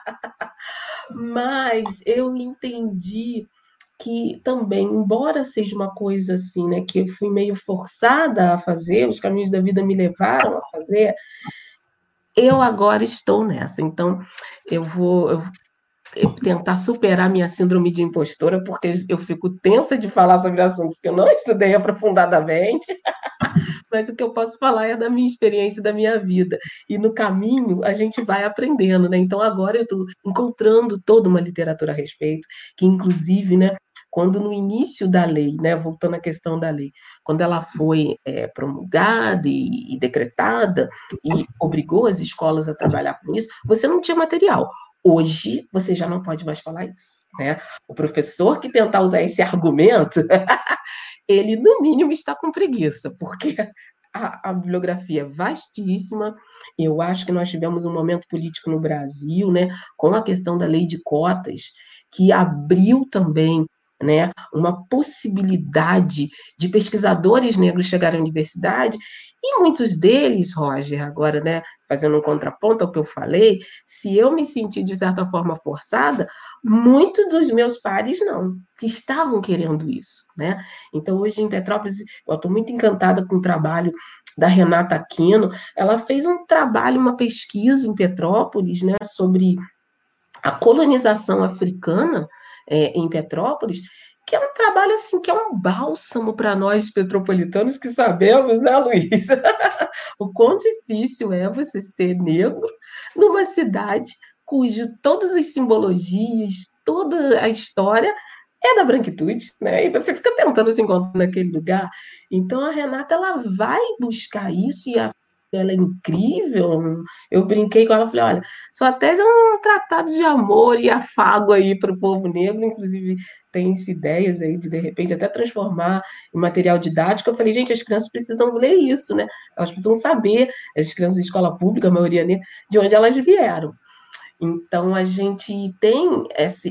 Speaker 3: Mas eu entendi que também, embora seja uma coisa assim, né, que eu fui meio forçada a fazer, os caminhos da vida me levaram a fazer, eu agora estou nessa. Então, eu tentar superar minha síndrome de impostora, porque eu fico tensa de falar sobre assuntos que eu não estudei aprofundadamente, mas o que eu posso falar é da minha experiência, da minha vida. E no caminho a gente vai aprendendo, né? Então agora eu estou encontrando toda uma literatura a respeito, que inclusive, né, quando no início da lei, né, voltando à questão da lei, quando ela foi promulgada e decretada e obrigou as escolas a trabalhar com isso, você não tinha material. Hoje, você já não pode mais falar isso, né? O professor que tentar usar esse argumento, ele, no mínimo, está com preguiça, porque a bibliografia é vastíssima. Eu acho que nós tivemos um momento político no Brasil, né, com a questão da lei de cotas, que abriu também, né, uma possibilidade de pesquisadores negros chegarem à universidade, e muitos deles, Roger, agora, né, fazendo um contraponto ao que eu falei, se eu me senti, de certa forma, forçada, muitos dos meus pares não, que estavam querendo isso, né? Então, hoje em Petrópolis, eu estou muito encantada com o trabalho da Renata Aquino. Ela fez um trabalho, uma pesquisa em Petrópolis, né, sobre a colonização africana em Petrópolis, que é um trabalho assim, que é um bálsamo para nós petropolitanos que sabemos, né, Luiz? O quão difícil é você ser negro numa cidade cujo todas as simbologias, toda a história é da branquitude, né? E você fica tentando se encontrar naquele lugar. Então a Renata, ela vai buscar isso, e ela é incrível. Eu brinquei com ela, falei, olha, sua tese é um tratado de amor e afago aí para o povo negro, inclusive tem-se ideias aí de repente até transformar em material didático. Eu falei, gente, as crianças precisam ler isso, né? Elas precisam saber, as crianças de escola pública, a maioria negra, de onde elas vieram. Então, a gente tem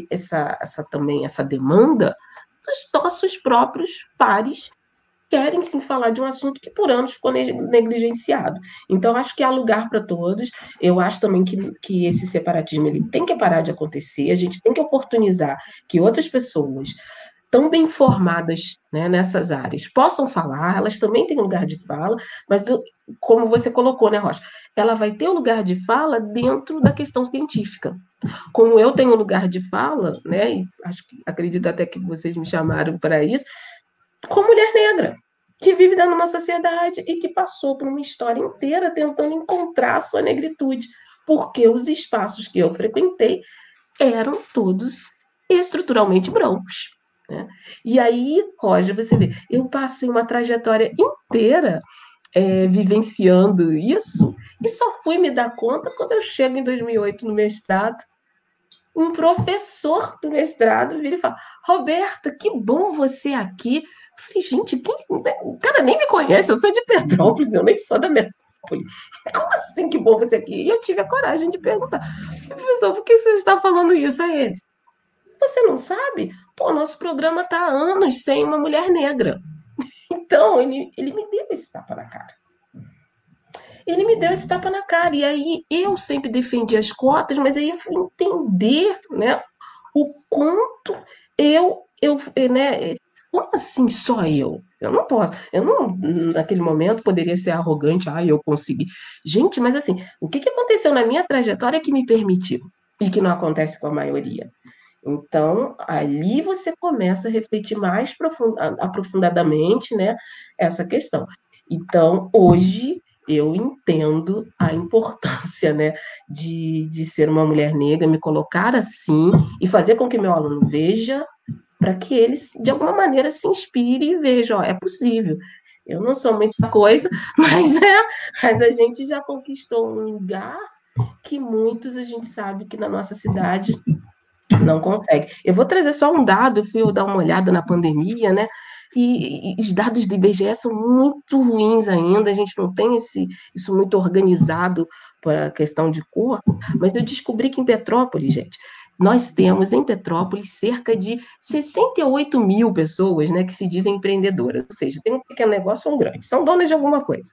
Speaker 3: também essa demanda dos nossos próprios pares querem sim falar de um assunto que por anos ficou negligenciado. Então, acho que há lugar para todos. Eu acho também que esse separatismo ele tem que parar de acontecer. A gente tem que oportunizar que outras pessoas tão bem formadas, né, nessas áreas possam falar, elas também têm lugar de fala, mas como você colocou, né, Rocha, ela vai ter o lugar de fala dentro da questão científica. Como eu tenho lugar de fala, né, e acredito até que vocês me chamaram para isso, como mulher negra, que vive dentro de uma sociedade e que passou por uma história inteira tentando encontrar a sua negritude, porque os espaços que eu frequentei eram todos estruturalmente brancos. Né? E aí, Roger, você vê, eu passei uma trajetória inteira vivenciando isso e só fui me dar conta quando eu chego em 2008 no mestrado. Um professor do mestrado vira e fala, Roberta, que bom você aqui. Eu falei, gente, o cara nem me conhece, eu sou de Petrópolis, eu nem sou da metrópole. Como assim que bom você aqui? E eu tive a coragem de perguntar, professor, por que você está falando isso a ele? Você não sabe? Pô, nosso programa está há anos sem uma mulher negra. Então, ele me deu esse tapa na cara. Ele me deu esse tapa na cara. E aí, eu sempre defendi as cotas, mas aí eu fui entender, né, o quanto né, como assim só eu? Eu não posso. Eu não, naquele momento, poderia ser arrogante, eu consegui. Gente, mas assim, o que aconteceu na minha trajetória que me permitiu? E que não acontece com a maioria? Então, ali você começa a refletir mais aprofundadamente, né, essa questão. Então, hoje, eu entendo a importância, né, de ser uma mulher negra, me colocar assim e fazer com que meu aluno veja, para que ele, de alguma maneira, se inspire e veja, é possível. Eu não sou muita coisa, mas a gente já conquistou um lugar que muitos a gente sabe que na nossa cidade não consegue. Eu vou trazer só um dado, eu fui dar uma olhada na pandemia, né? E os dados do IBGE são muito ruins ainda, a gente não tem isso muito organizado para a questão de cor, mas eu descobri que em Petrópolis, gente, nós temos em Petrópolis cerca de 68 mil pessoas, né, que se dizem empreendedoras, ou seja, tem um pequeno negócio ou um grande, são donas de alguma coisa.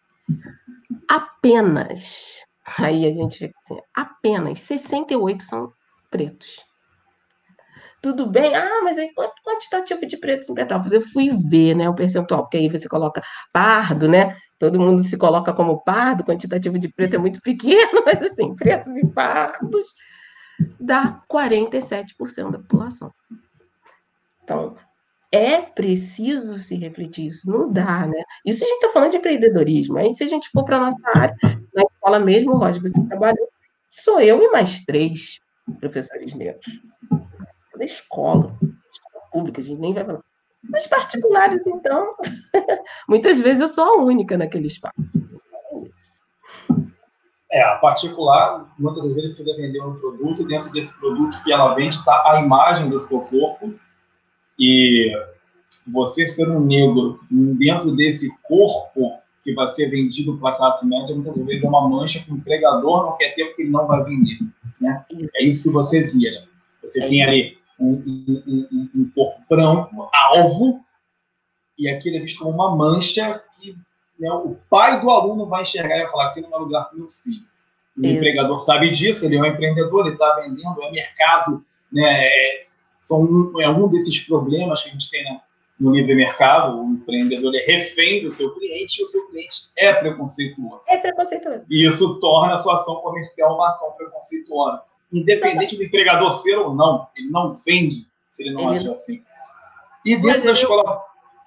Speaker 3: Aí a gente fica assim, apenas 68 são pretos. Tudo bem, mas aí quantitativo de pretos em Petrópolis? Eu fui ver, né, o percentual, porque aí você coloca pardo, né, todo mundo se coloca como pardo, o quantitativo de preto é muito pequeno, mas assim, pretos e pardos dá 47% da população. Então, é preciso se refletir isso, não dá, né? Isso a gente está falando de empreendedorismo, aí se a gente for para a nossa área, na escola mesmo, Roger, você trabalhou, sou eu e mais 3 professores negros. Da escola pública, a gente nem vai falar. Mas particulares, então, muitas vezes eu sou a única naquele espaço.
Speaker 2: A particular, muitas das vezes você deve vender um produto, e dentro desse produto que ela vende está a imagem do seu corpo, e você ser um negro dentro desse corpo que vai ser vendido para a classe média, muitas vezes é uma mancha que o empregador não quer ter porque ele não vai vender. Né? É isso que você vira. Você tem ali um corpo branco, alvo, e aquilo é visto como uma mancha que, né, o pai do aluno vai enxergar e vai falar: aquilo não é lugar para o meu filho. O empregador sabe disso, ele é um empreendedor, ele está vendendo, é mercado, né, é um desses problemas que a gente tem, né, no livre mercado. O empreendedor é refém do seu cliente, e o seu cliente é preconceituoso.
Speaker 3: É preconceituoso.
Speaker 2: E isso torna a sua ação comercial uma ação preconceituosa. Independente do empregador ser ou não, ele não vende se ele não agir assim. E dentro da escola...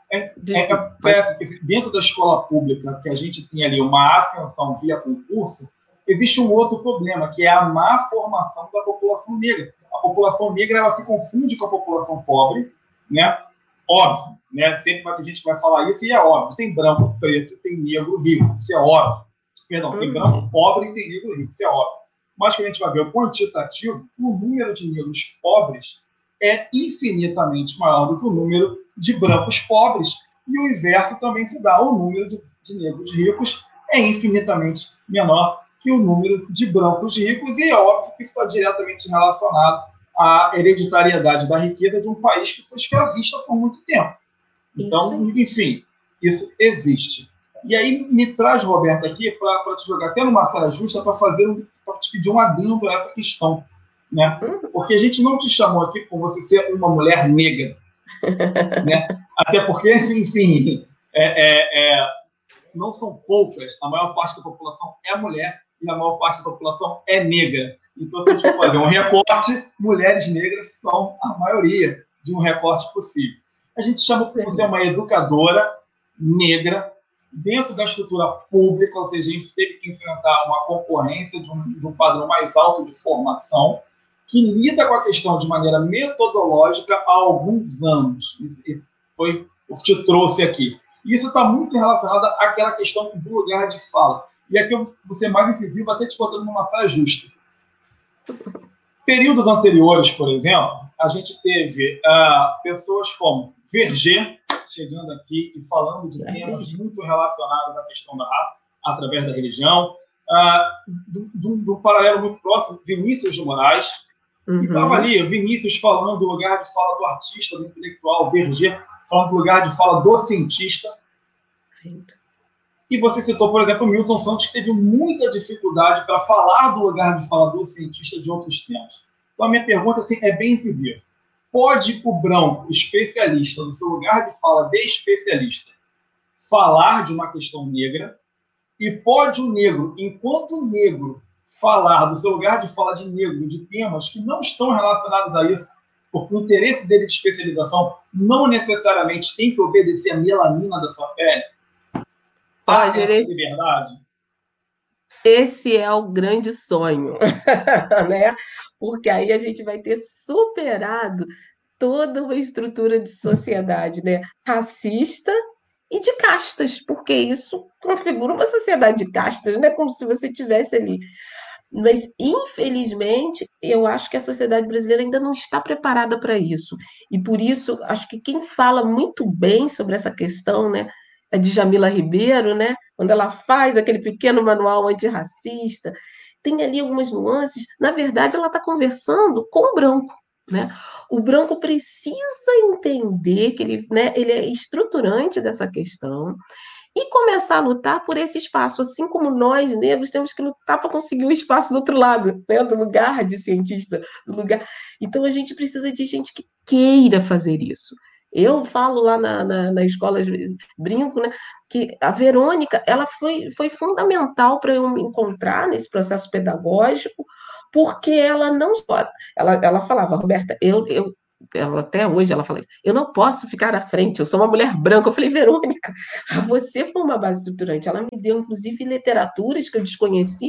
Speaker 2: dentro da escola pública, que a gente tem ali uma ascensão via concurso, existe um outro problema, que é a má formação da população negra. A população negra, ela se confunde com a população pobre, né? Óbvio, né? Sempre vai ter gente que vai falar isso, e é óbvio. Tem branco, preto, tem negro, rico. Isso é óbvio. Perdão, tem branco, pobre e tem negro, rico. Isso é óbvio. Mas quando a gente vai ver o quantitativo, o número de negros pobres é infinitamente maior do que o número de brancos pobres. E o inverso também se dá. O número de negros ricos é infinitamente menor que o número de brancos ricos. E é óbvio que isso está diretamente relacionado à hereditariedade da riqueza de um país que foi escravista por muito tempo. Então, enfim, isso existe. E aí me traz, Roberta, aqui para te jogar até numa saia justa para te pedir um adendo a essa questão, né? Porque a gente não te chamou aqui por você ser uma mulher negra, né? Até porque, enfim, não são poucas, a maior parte da população é mulher e a maior parte da população é negra. Então, se a gente for fazer um recorte, mulheres negras são a maioria de um recorte possível. A gente chama porque você é uma educadora negra dentro da estrutura pública, ou seja, a gente teve que enfrentar uma concorrência de um padrão mais alto de formação, que lida com a questão de maneira metodológica há alguns anos. Isso foi o que te trouxe aqui. E isso está muito relacionado àquela questão do lugar de fala. E aqui eu vou ser mais incisivo, até te botando numa saia justa. Períodos anteriores, por exemplo, a gente teve pessoas como Verger chegando aqui e falando de temas muito relacionados à questão da raça, através da religião. De um paralelo muito próximo, Vinícius de Moraes. E estava ali, Vinícius falando do lugar de fala do artista, do intelectual, Verger falando do lugar de fala do cientista. E você citou, por exemplo, Milton Santos, que teve muita dificuldade para falar do lugar de fala do cientista de outros temas. Então, a minha pergunta assim, é bem incisiva. Pode o branco, especialista, no seu lugar de fala de especialista, falar de uma questão negra? E pode o negro, enquanto negro, falar do seu lugar de fala de negro, de temas que não estão relacionados a isso, porque o interesse dele de especialização não necessariamente tem que obedecer à melanina da sua pele? Essa liberdade?
Speaker 3: Esse é o grande sonho, né? Porque aí a gente vai ter superado toda uma estrutura de sociedade, né? Racista e de castas, porque isso configura uma sociedade de castas, né? Como se você tivesse ali. Mas, infelizmente, eu acho que a sociedade brasileira ainda não está preparada para isso. E, por isso, acho que quem fala muito bem sobre essa questão, né, é Djamila Ribeiro, né, quando ela faz aquele pequeno manual antirracista, tem ali algumas nuances. Na verdade, ela está conversando com o branco, né? O branco precisa entender que ele, né, ele é estruturante dessa questão e começar a lutar por esse espaço, assim como nós, negros, temos que lutar para conseguir o espaço do outro lado, né? Do lugar de cientista, do lugar. Então, a gente precisa de gente que queira fazer isso. Eu falo lá na escola, às vezes, brinco, né, que a Verônica ela foi fundamental para eu me encontrar nesse processo pedagógico, porque ela não só... Ela falava, Roberta, ela, até hoje ela fala isso, eu não posso ficar à frente, eu sou uma mulher branca. Eu falei, Verônica, você foi uma base estruturante. Ela me deu, inclusive, literaturas que eu desconhecia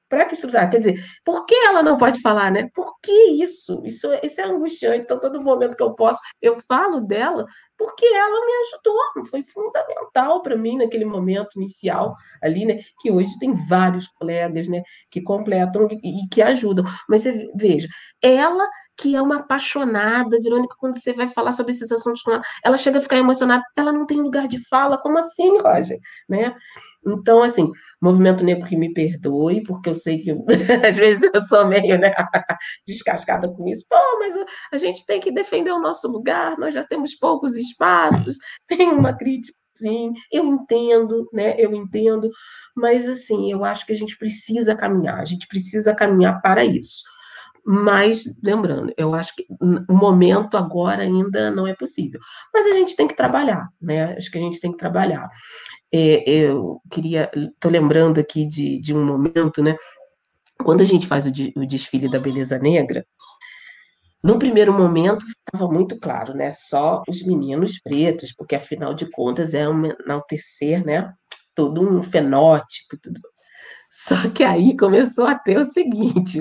Speaker 3: Para que estudar? Quer dizer, por que ela não pode falar, né? Por que isso? Isso é angustiante. Então, todo momento que eu posso, eu falo dela, porque ela me ajudou, foi fundamental para mim naquele momento inicial ali, né? Que hoje tem vários colegas, né? Que completam e que ajudam. Mas você veja, ela que é uma apaixonada, Verônica, quando você vai falar sobre esses assuntos com ela, ela chega a ficar emocionada, ela não tem lugar de fala, como assim, Roger? Né? Então, assim, movimento negro que me perdoe, porque eu sei que às vezes eu sou meio, né, descascada com isso. Pô, mas a gente tem que defender o nosso lugar, nós já temos poucos espaços, tem uma crítica, sim, eu entendo, né, eu entendo, mas, assim, eu acho que a gente precisa caminhar para isso. Mas, lembrando, eu acho que o momento agora ainda não é possível. Mas a gente tem que trabalhar, né? Acho que a gente tem que trabalhar. Eu queria, estou lembrando aqui de um momento, né? Quando a gente faz o desfile da Beleza Negra, no primeiro momento ficava muito claro, né? Só os meninos pretos, porque afinal de contas é um enaltecer, né? Todo um fenótipo, tudo. Só que aí começou a ter o seguinte,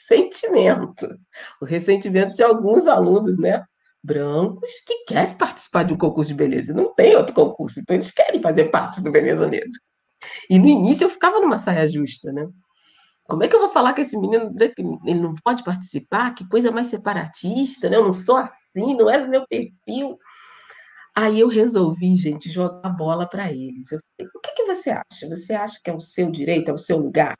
Speaker 3: o ressentimento de alguns alunos, né? Brancos que querem participar de um concurso de beleza. Não tem outro concurso, então eles querem fazer parte do Beleza Negra. E no início eu ficava numa saia justa, né? Como é que eu vou falar que esse menino ele não pode participar? Que coisa mais separatista, né? Eu não sou assim, não é do meu perfil. Aí eu resolvi, gente, jogar a bola para eles. Eu falei, o que você acha? Você acha que é o seu direito, é o seu lugar?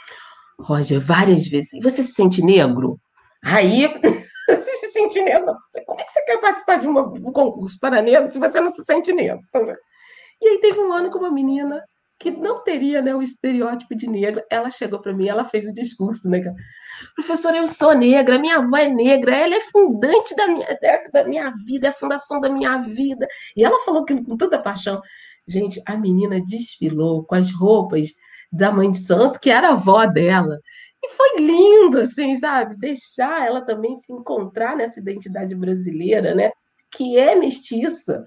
Speaker 3: Roger, várias vezes. E você se sente negro? Aí, você se sente negro. Como é que você quer participar de um concurso para negro se você não se sente negro? E aí teve um ano com uma menina que não teria, né, o estereótipo de negra. Ela chegou para mim, ela fez o discurso, né? Professora, eu sou negra, minha avó é negra, ela é fundante da minha vida, é a fundação da minha vida. E ela falou aquilo com toda paixão. Gente, a menina desfilou com as roupas da mãe de santo, que era a avó dela. E foi lindo, assim, sabe? Deixar ela também se encontrar nessa identidade brasileira, né? Que é mestiça.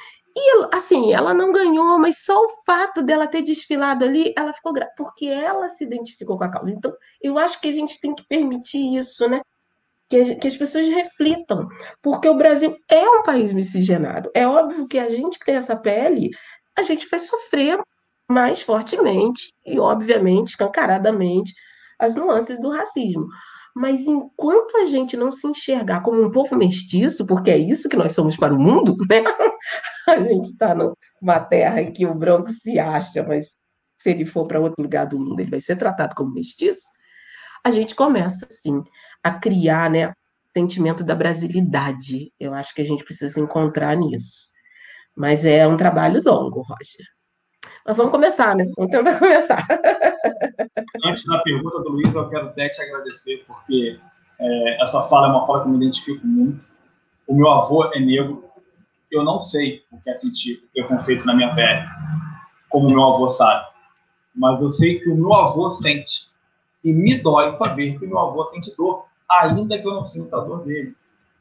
Speaker 3: E, assim, ela não ganhou, mas só o fato dela ter desfilado ali, ela ficou grata, porque ela se identificou com a causa. Então, eu acho que a gente tem que permitir isso, né? Que as pessoas reflitam, porque o Brasil é um país miscigenado. É óbvio que a gente que tem essa pele, a gente vai sofrer mais fortemente e, obviamente, escancaradamente, as nuances do racismo. Mas enquanto a gente não se enxergar como um povo mestiço, porque é isso que nós somos para o mundo, né? A gente está numa terra em que o branco se acha, mas se ele for para outro lugar do mundo, ele vai ser tratado como mestiço. A gente começa, assim, a criar, né, o sentimento da brasilidade. Eu acho que a gente precisa se encontrar nisso. Mas é um trabalho longo, Roger. Mas vamos começar, né? Vamos tentar começar.
Speaker 2: Antes da pergunta do Luiz, eu quero até te agradecer, porque essa fala é uma fala que eu me identifico muito. O meu avô é negro. Eu não sei o que é sentir preconceito na minha pele, como o meu avô sabe. Mas eu sei que o meu avô sente. E me dói saber que o meu avô sente dor, ainda que eu não sinta a dor dele.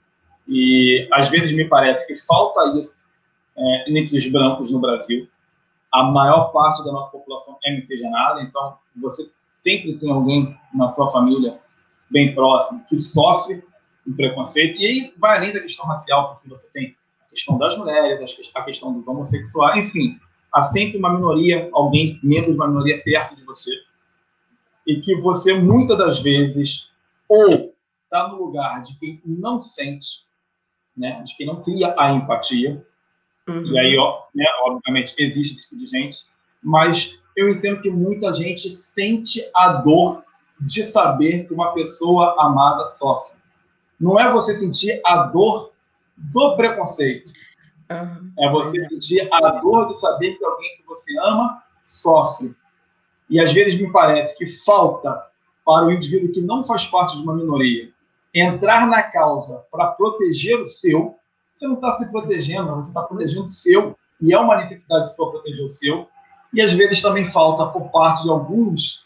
Speaker 2: E às vezes me parece que falta isso entre os brancos no Brasil. A maior parte da nossa população é miscigenada, então você sempre tem alguém na sua família bem próximo que sofre um preconceito. E aí vai além da questão racial, porque você tem a questão das mulheres, a questão dos homossexuais, enfim, há sempre uma minoria, alguém membro de uma minoria perto de você, e que você muitas das vezes ou está no lugar de quem não sente, né, de quem não cria a empatia. E aí, né, obviamente, existe esse tipo de gente, mas eu entendo que muita gente sente a dor de saber que uma pessoa amada sofre. Não é você sentir a dor do preconceito, é você sentir a dor de saber que alguém que você ama sofre. E às vezes me parece que falta para o indivíduo que não faz parte de uma minoria entrar na causa para proteger o seu. Você não está se protegendo, você está protegendo o seu, e é uma necessidade sua proteger o seu. E às vezes também falta por parte de algumas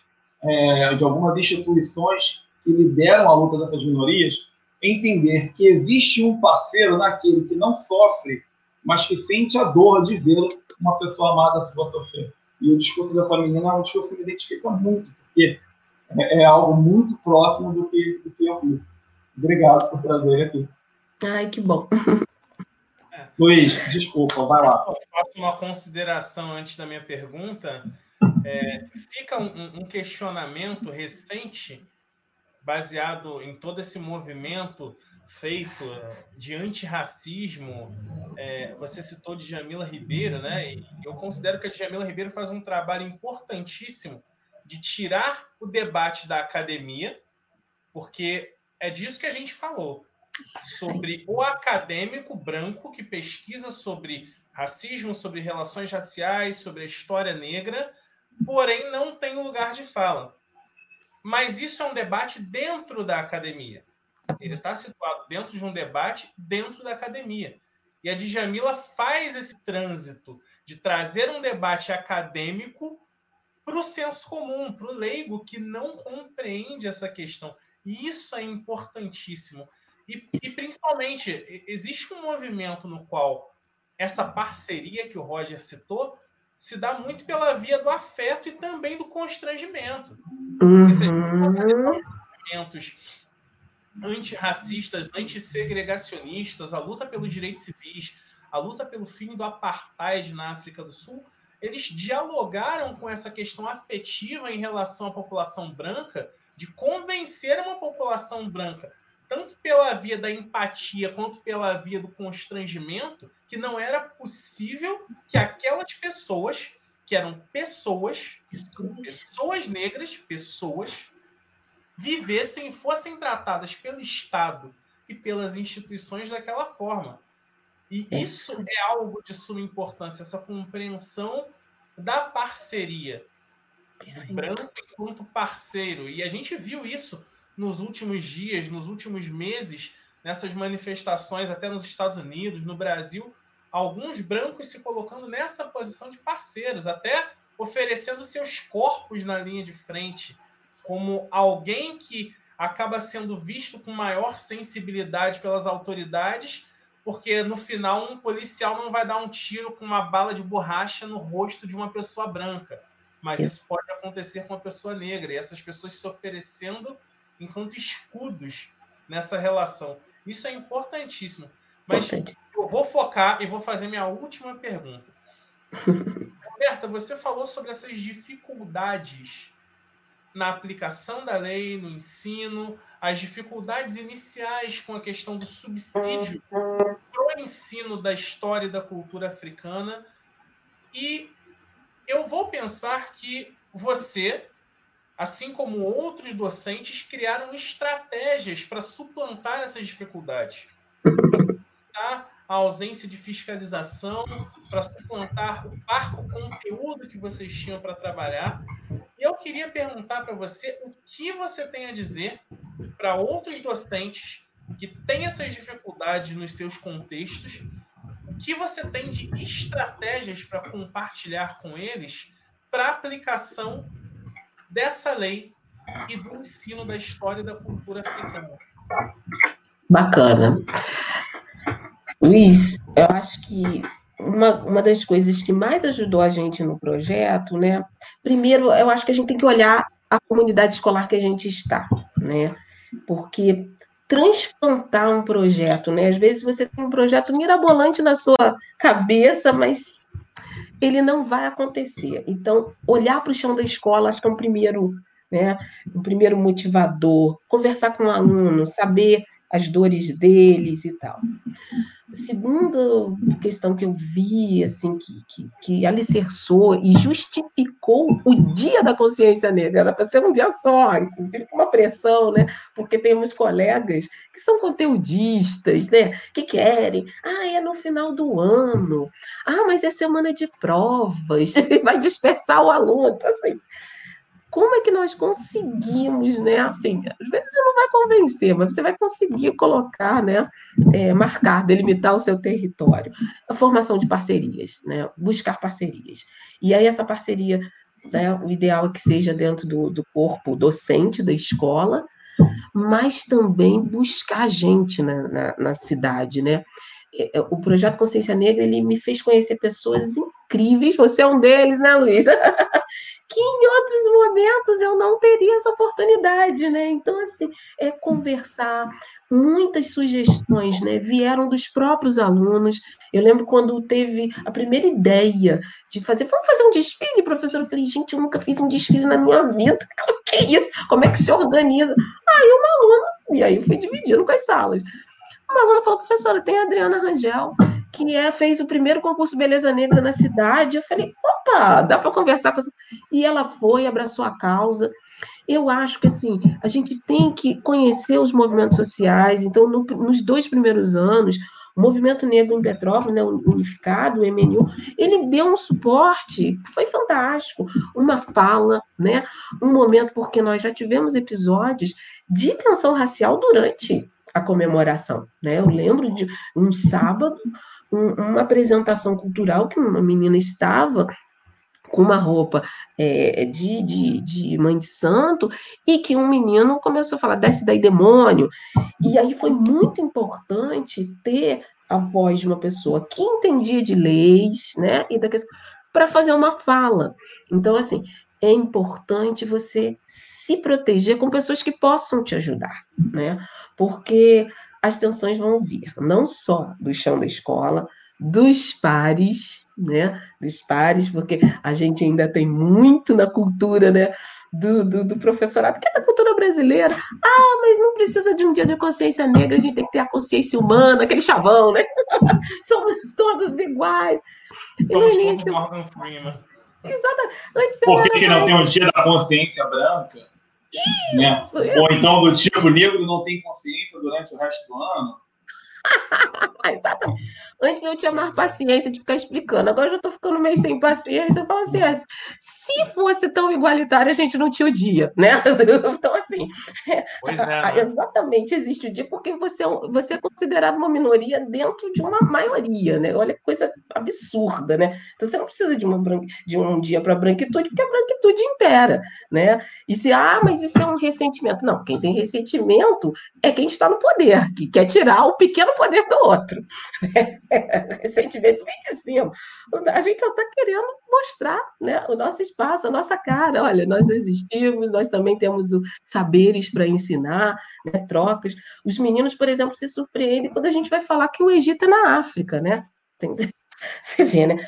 Speaker 2: instituições que lideram a luta dessas minorias entender que existe um parceiro naquele que não sofre, mas que sente a dor de ver uma pessoa amada sua sofrer. E o discurso dessa menina é um discurso que me identifica muito, porque é algo muito próximo do que eu vi. Obrigado por trazer aqui.
Speaker 3: Ai, que bom.
Speaker 2: Luiz, desculpa, vai lá.
Speaker 1: Eu faço uma consideração antes da minha pergunta. Fica um questionamento recente, baseado em todo esse movimento feito de antirracismo. Você citou Djamila Ribeiro, né? E eu considero que a Djamila Ribeiro faz um trabalho importantíssimo de tirar o debate da academia, porque é disso que a gente falou, sobre o acadêmico branco que pesquisa sobre racismo, sobre relações raciais, sobre a história negra, porém não tem lugar de fala. Mas isso é um debate dentro da academia. Ele está situado dentro de um debate dentro da academia. E a Djamila faz esse trânsito de trazer um debate acadêmico para o senso comum, para o leigo que não compreende essa questão. E isso é importantíssimo. E principalmente, existe um movimento no qual essa parceria que o Roger citou se dá muito pela via do afeto e também do constrangimento. Porque se a gente for analisar os movimentos antirracistas, antissegregacionistas, a luta pelos direitos civis, a luta pelo fim do apartheid na África do Sul, eles dialogaram com essa questão afetiva em relação à população branca, de convencer uma população branca, tanto pela via da empatia quanto pela via do constrangimento, que não era possível que aquelas pessoas, que eram pessoas negras, vivessem e fossem tratadas pelo Estado e pelas instituições daquela forma. E isso é algo de suma importância, essa compreensão da parceria. O branco enquanto parceiro. E a gente viu isso nos últimos dias, nos últimos meses, nessas manifestações, até nos Estados Unidos, no Brasil, alguns brancos se colocando nessa posição de parceiros, até oferecendo seus corpos na linha de frente, como alguém que acaba sendo visto com maior sensibilidade pelas autoridades, porque no final um policial não vai dar um tiro com uma bala de borracha no rosto de uma pessoa branca, mas isso pode acontecer com uma pessoa negra, e essas pessoas se oferecendo enquanto escudos nessa relação. Isso é importantíssimo. Mas eu vou focar e vou fazer minha última pergunta. Roberta, você falou sobre essas dificuldades na aplicação da lei, no ensino, as dificuldades iniciais com a questão do subsídio para o ensino da história e da cultura africana. E eu vou pensar que você, assim como outros docentes, criaram estratégias para suplantar essas dificuldades, para suplantar a ausência de fiscalização, para suplantar o parco conteúdo que vocês tinham para trabalhar. E eu queria perguntar para você o que você tem a dizer para outros docentes que têm essas dificuldades nos seus contextos, o que você tem de estratégias para compartilhar com eles para a aplicação dessa lei e do ensino da história e da cultura africana.
Speaker 3: Bacana. Luiz, eu acho que uma das coisas que mais ajudou a gente no projeto, né? Primeiro, eu acho que a gente tem que olhar a comunidade escolar que a gente está, né? Porque transplantar um projeto, né? Às vezes você tem um projeto mirabolante na sua cabeça, mas ele não vai acontecer. Então, olhar para o chão da escola, acho que é um primeiro motivador, conversar com o aluno, saber as dores deles e tal. Segunda questão que eu vi, assim, que alicerçou e justificou o Dia da Consciência Negra, era para ser um dia só, inclusive com uma pressão, né? Porque temos colegas que são conteudistas, né? Que querem, é no final do ano, mas é semana de provas, vai dispersar o aluno, então, assim, como é que nós conseguimos, né? Assim, às vezes você não vai convencer, mas você vai conseguir colocar, né? Marcar, delimitar o seu território. A formação de parcerias, né? Buscar parcerias. E aí essa parceria, né? O ideal é que seja dentro do corpo docente da escola, mas também buscar gente na cidade, né? O projeto Consciência Negra, ele me fez conhecer pessoas incríveis, você é um deles, né, Luiz? Que em outros momentos eu não teria essa oportunidade, né? Então, assim, conversar, muitas sugestões, né, vieram dos próprios alunos. Eu lembro quando teve a primeira ideia de vamos fazer um desfile, professor? Eu falei, gente, eu nunca fiz um desfile na minha vida. O que é isso? Como é que se organiza? Aí uma aluna, e aí eu fui dividindo com as salas. Uma aluna falou, professora, tem a Adriana Rangel, que fez o primeiro concurso Beleza Negra na cidade. Eu falei, opa, dá para conversar com essa... E ela foi, abraçou a causa. Eu acho que, assim, a gente tem que conhecer os movimentos sociais. Então, nos 2 primeiros anos, o Movimento Negro em Petrópolis, né, unificado, o MNU, ele deu um suporte, foi fantástico, uma fala, né, um momento, porque nós já tivemos episódios de tensão racial durante a comemoração, né? Eu lembro de um sábado, uma apresentação cultural que uma menina estava com uma roupa de mãe de santo, e que um menino começou a falar, desce daí, demônio. E aí foi muito importante ter a voz de uma pessoa que entendia de leis, né, e da questão, para fazer uma fala. Então, assim, é importante você se proteger com pessoas que possam te ajudar, né? Porque as tensões vão vir, não só do chão da escola, dos pares, né? Dos pares, porque a gente ainda tem muito na cultura, né? Do professorado, que é da cultura brasileira. Ah, mas não precisa de um dia de consciência negra, a gente tem que ter a consciência humana, aquele chavão, né? Somos todos iguais.
Speaker 1: Somos todos Morgan Freeman.
Speaker 3: Exatamente. Antes
Speaker 2: Por que não tem um dia da consciência branca? Né? Ou então do tipo, negro não tem consciência durante o resto do ano?
Speaker 3: Exatamente. Antes eu tinha mais paciência de ficar explicando, agora eu já estou ficando meio sem paciência. Eu falo assim, se fosse tão igualitário, a gente não tinha o dia, né? Então, assim,
Speaker 1: né?
Speaker 3: Exatamente, existe o dia porque você é considerado uma minoria dentro de uma maioria, né? Olha que coisa absurda, né? Então, você não precisa de um dia para branquitude, porque a branquitude impera, né? E mas isso é um ressentimento. Não, quem tem ressentimento é quem está no poder, que quer tirar o pequeno poder do outro. Ressentimento vem de cima. A gente só está querendo mostrar, né, o nosso espaço, a nossa cara. Olha, nós existimos, nós também temos saberes para ensinar, né, trocas. Os meninos, por exemplo, se surpreendem quando a gente vai falar que o Egito é na África, né? Você vê, né?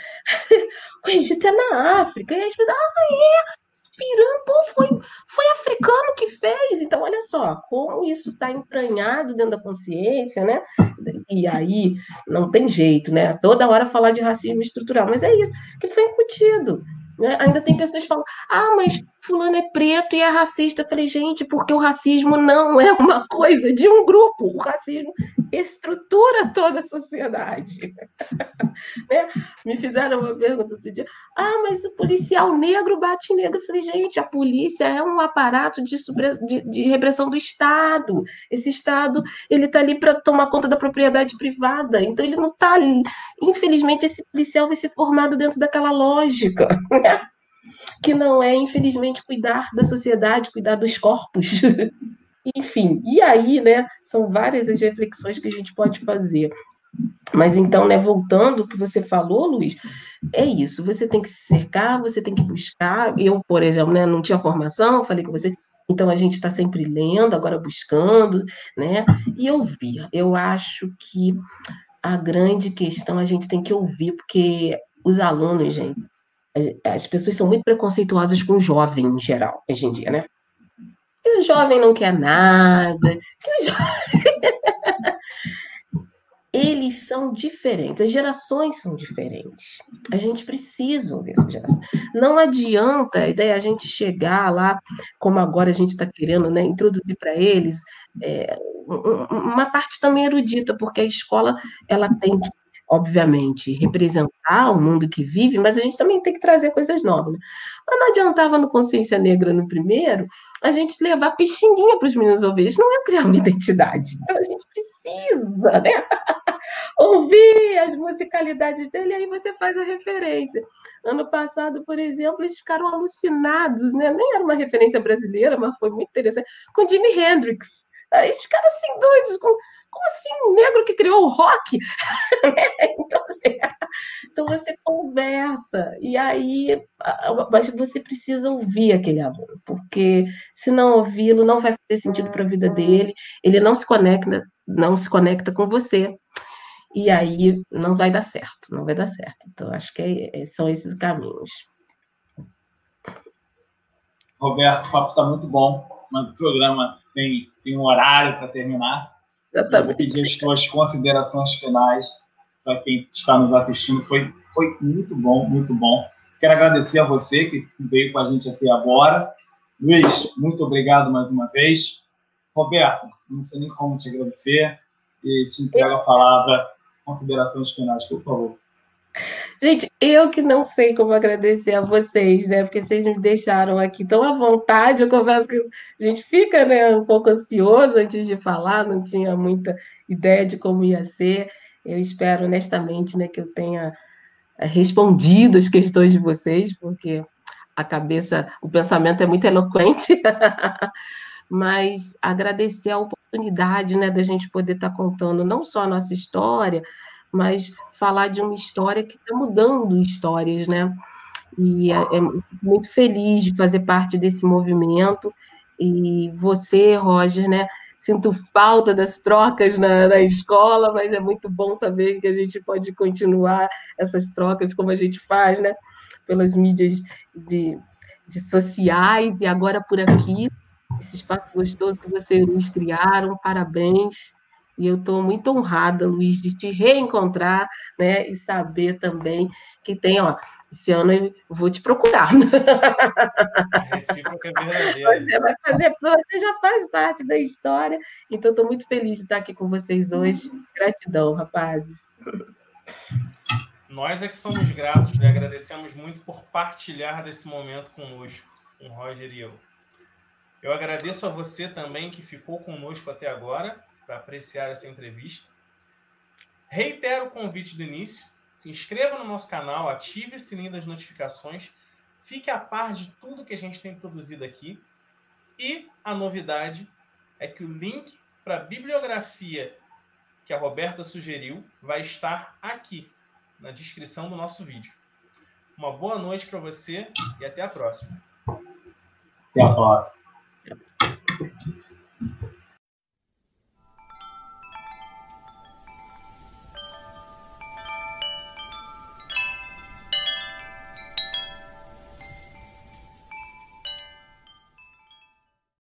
Speaker 3: O Egito é na África. E as pessoas, pirando, pô, foi africano que fez. Então, olha só, como isso está entranhado dentro da consciência, né? E aí, não tem jeito, né? Toda hora falar de racismo estrutural, mas é isso, que foi incutido. Né? Ainda tem pessoas que falam, mas fulano é preto e é racista. Eu falei, gente, porque o racismo não é uma coisa de um grupo. O racismo estrutura toda a sociedade. Né? Me fizeram uma pergunta outro dia, mas o policial negro bate em negro. Eu falei, gente, a polícia é um aparato de repressão do Estado. Esse Estado, ele está ali para tomar conta da propriedade privada. Então, ele não está ali. Infelizmente, esse policial vai ser formado dentro daquela lógica, né? Que não é, infelizmente, cuidar da sociedade, cuidar dos corpos. Enfim, e aí, né, são várias as reflexões que a gente pode fazer. Mas então, né, voltando ao que você falou, Luiz, é isso, você tem que se cercar, você tem que buscar. Eu, por exemplo, né, não tinha formação, falei com você, então a gente está sempre lendo, agora buscando, né, e ouvir. Eu acho que a grande questão a gente tem que ouvir, porque os alunos, gente, as pessoas são muito preconceituosas com o jovem em geral, hoje em dia, né? E o jovem não quer nada, eles são diferentes, as gerações são diferentes. A gente precisa ouvir essa geração. Não adianta a gente chegar lá, como agora a gente está querendo, né, introduzir para eles uma parte também erudita, porque a escola ela tem que, obviamente, representar o mundo que vive, mas a gente também tem que trazer coisas novas. Né? Mas não adiantava no Consciência Negra no primeiro a gente levar pixinguinha para os meninos ouvir, eles não iam criar uma identidade. Então a gente precisa, né? Ouvir as musicalidades dele, aí você faz a referência. Ano passado, por exemplo, eles ficaram alucinados, né? Nem era uma referência brasileira, mas foi muito interessante, com Jimi Hendrix. Aí eles ficaram assim doidos, como assim um negro que criou o rock? Então você conversa conversa. E aí, mas você precisa ouvir aquele aluno, porque se não ouvi-lo, não vai fazer sentido para a vida dele, ele não se conecta com você. E aí não vai dar certo, não vai dar certo. Então, acho que são esses caminhos.
Speaker 2: Roberto, o papo está muito bom, mas o programa tem um horário para terminar. Eu vou pedir as tuas considerações finais para quem está nos assistindo. Foi muito bom, muito bom. Quero agradecer a você que veio com a gente até agora. Luiz, muito obrigado mais uma vez. Roberto, não sei nem como te agradecer e te entrego a palavra. Considerações finais, por favor.
Speaker 3: Gente, eu que não sei como agradecer a vocês, né? Porque vocês me deixaram aqui tão à vontade. Eu confesso que a gente fica, né, um pouco ansioso antes de falar, não tinha muita ideia de como ia ser. Eu espero honestamente, né, que eu tenha respondido as questões de vocês, porque o pensamento é muito eloquente. Mas agradecer a oportunidade, né, da gente poder estar contando não só a nossa história, mas falar de uma história que está mudando histórias, né? E muito feliz de fazer parte desse movimento. E você, Roger, né? Sinto falta das trocas na escola, mas é muito bom saber que a gente pode continuar essas trocas como a gente faz, né? Pelas mídias de sociais e agora por aqui, esse espaço gostoso que você e o Luiz criaram, parabéns. E eu estou muito honrada, Luiz, de te reencontrar, né? E saber também que tem, ó, esse ano eu vou te procurar.
Speaker 1: A recíproca é verdadeira.
Speaker 3: Você já faz parte da história, então estou muito feliz de estar aqui com vocês hoje. Gratidão, rapazes.
Speaker 1: Nós é que somos gratos e agradecemos muito por partilhar desse momento conosco, com o Roger e eu. Eu agradeço a você também que ficou conosco até agora para apreciar essa entrevista. Reitero o convite do início. Se inscreva no nosso canal, ative o sininho das notificações, fique a par de tudo que a gente tem produzido aqui. E a novidade é que o link para a bibliografia que a Roberta sugeriu vai estar aqui na descrição do nosso vídeo. Uma boa noite para você e até a próxima.
Speaker 2: Até a próxima.